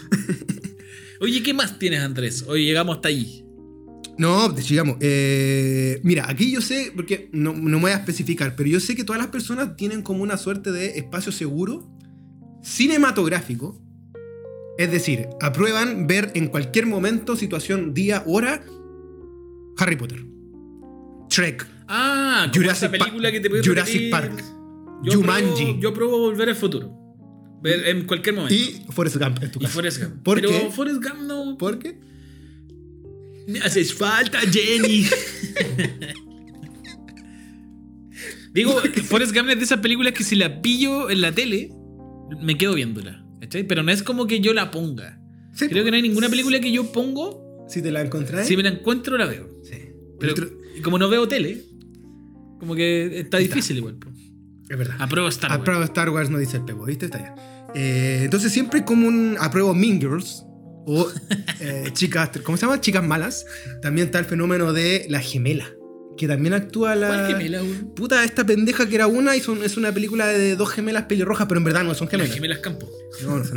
Oye, ¿qué más tienes, Andrés? Hoy llegamos hasta allí. No, sigamos. Eh, mira, aquí yo sé, porque no, no me voy a especificar, pero yo sé que todas las personas tienen como una suerte de espacio seguro cinematográfico. Es decir, aprueban ver en cualquier momento, situación, día, hora, Harry Potter, Shrek, Ah, como Jurassic esa película Pa- que te puede Jurassic repetir. Park, Yo Jumanji. apruebo- yo apruebo volver al futuro. Ver en cualquier momento. y Forrest Gump en tu Y caso. Forrest Gump. ¿Por Pero qué? Forrest Gump no. ¿Por qué? Me haces falta, Jenny. Digo, Forrest Gump es de esas películas que si la pillo en la tele, me quedo viéndola. ¿Cachai? Pero no es como que yo la ponga. Sí, Creo que no hay ninguna película que yo pongo. si te la encontrás. Si me la encuentro, la veo. Sí. Pero Otro- y como no veo tele, como que está difícil igual. po. es verdad. Apruebo Star Wars. Apruebo Star Wars, no dice el Pepo, ¿viste? Está bien. Eh, entonces siempre como un apruebo Mean Girls o eh, chicas, ¿cómo se llama? Chicas malas. También está el fenómeno de la gemela, que también actúa la... ¿Cuál gemela, weón? Puta, esta pendeja que era una y son, es una película de dos gemelas pelirrojas, pero en verdad no son Las gemelas. gemelas Campo. No, no son.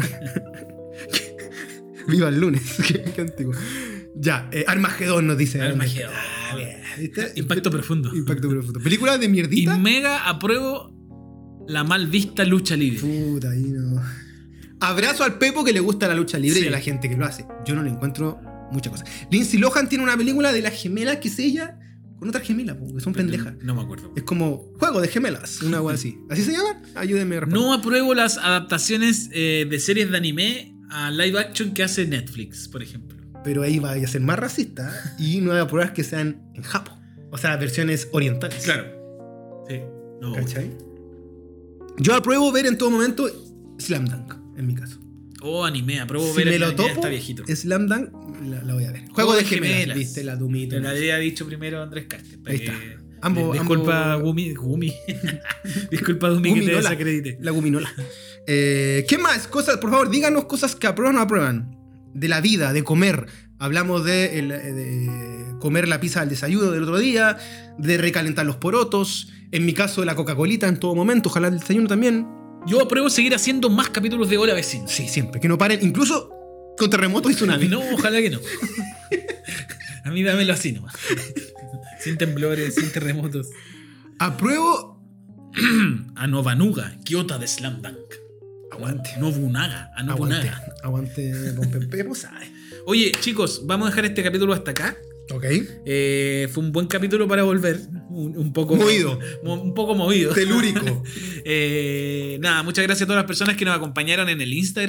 Viva el lunes, qué, qué antiguo. Ya, eh, Armagedón nos dice. Armagedón. Ah, bien, ¿viste? Impacto profundo. Impacto profundo. Película de Y mierdita. mega apruebo la mal vista lucha libre. Puta, ahí no. Abrazo al Pepo que le gusta la lucha libre Sí. y a la gente que lo hace. Yo no le encuentro muchas cosas. Lindsay Lohan tiene una película de las gemelas que es ella con otra gemela, porque son pendejas. No me acuerdo. Es como juego de gemelas, una wea así. ¿Así se llama? Ayúdenme a responder. No apruebo las adaptaciones eh, de series de anime a live action que hace Netflix, por ejemplo. Pero ahí va a ser más racista y no hay pruebas que sean en Japón. O sea, versiones orientales. Claro. Sí. No. ¿Cachai? Yo apruebo ver en todo momento Slam Dunk, en mi caso. O anime, apruebo Si ver me el lo anime, topo, está viejito. Slam Dunk la, la voy a ver. Juego de gemelas, viste, la Dumito. Te lo había dicho primero Andrés Carter. para Ahí que- está. Ambos- Disculpa, ambos- Gumi. Gumi. Disculpa, Gumi, que te Guminola. desacredite. La guminola. Eh, ¿Qué más? Cosas, por favor, díganos cosas que aprueban o no aprueban. De la vida, de comer. Hablamos de, el- de comer la pizza al desayuno del otro día, de recalentar los porotos. En mi caso, la Coca-Colita en todo momento, ojalá el desayuno también. Yo apruebo seguir haciendo más capítulos de Hola Vecino. Sí, siempre. Que no paren, incluso con terremotos y tsunamis. No, ojalá que no. A mí dámelo así nomás. Sin temblores, sin terremotos. Apruebo. A Novanuga, Kyota de Slam Dunk. Aguante. Nobunaga, a Aguante. Nobunaga. Aguante, don Pepe, pues, sabe. Oye, chicos, vamos a dejar este capítulo hasta acá. Ok. Eh, fue un buen capítulo para volver. Un, un poco Movido. mo- un poco movido. Telúrico. Eh, nada, muchas gracias a todas las personas que nos acompañaron en el Instagram.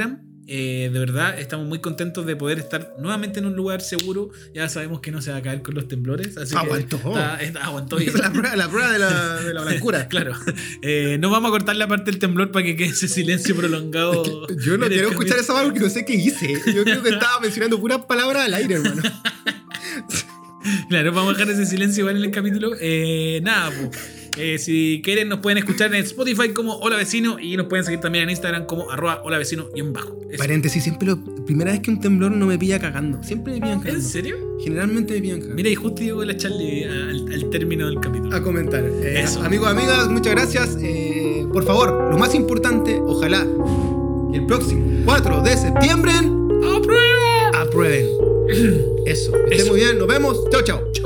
Eh, de verdad, estamos muy contentos de poder estar nuevamente en un lugar seguro. Ya sabemos que no se va a caer con los temblores. Así aguantó. Que está, está, aguantó bien. la prueba, la prueba de la, de la blancura. Claro. Eh, no vamos a cortar la parte del temblor para que quede ese silencio prolongado. Es que yo no quiero escuchar esa parte porque no sé qué hice. Yo creo que estaba mencionando puras palabras al aire, hermano. Claro, vamos a dejar ese silencio igual en el capítulo. Eh, nada, pues. Eh, si quieren nos pueden escuchar en Spotify como Hola Vecino y nos pueden seguir también en Instagram como arroba Hola Vecino y en bajo. Eso. Paréntesis, siempre lo, primera vez que un temblor no me pilla cagando. Siempre me pillan cagando. ¿En serio? Generalmente me pillan cagando. Mira, y justo llegó la Charlie al, al término del capítulo. A comentar. Eh, Eso. Amigos, amigas, muchas gracias. Eh, por favor, lo más importante, ojalá que el próximo cuatro de septiembre ¡Aprueba! aprueben. Eso. Que estén Eso. muy bien. Nos vemos. Chao, chao.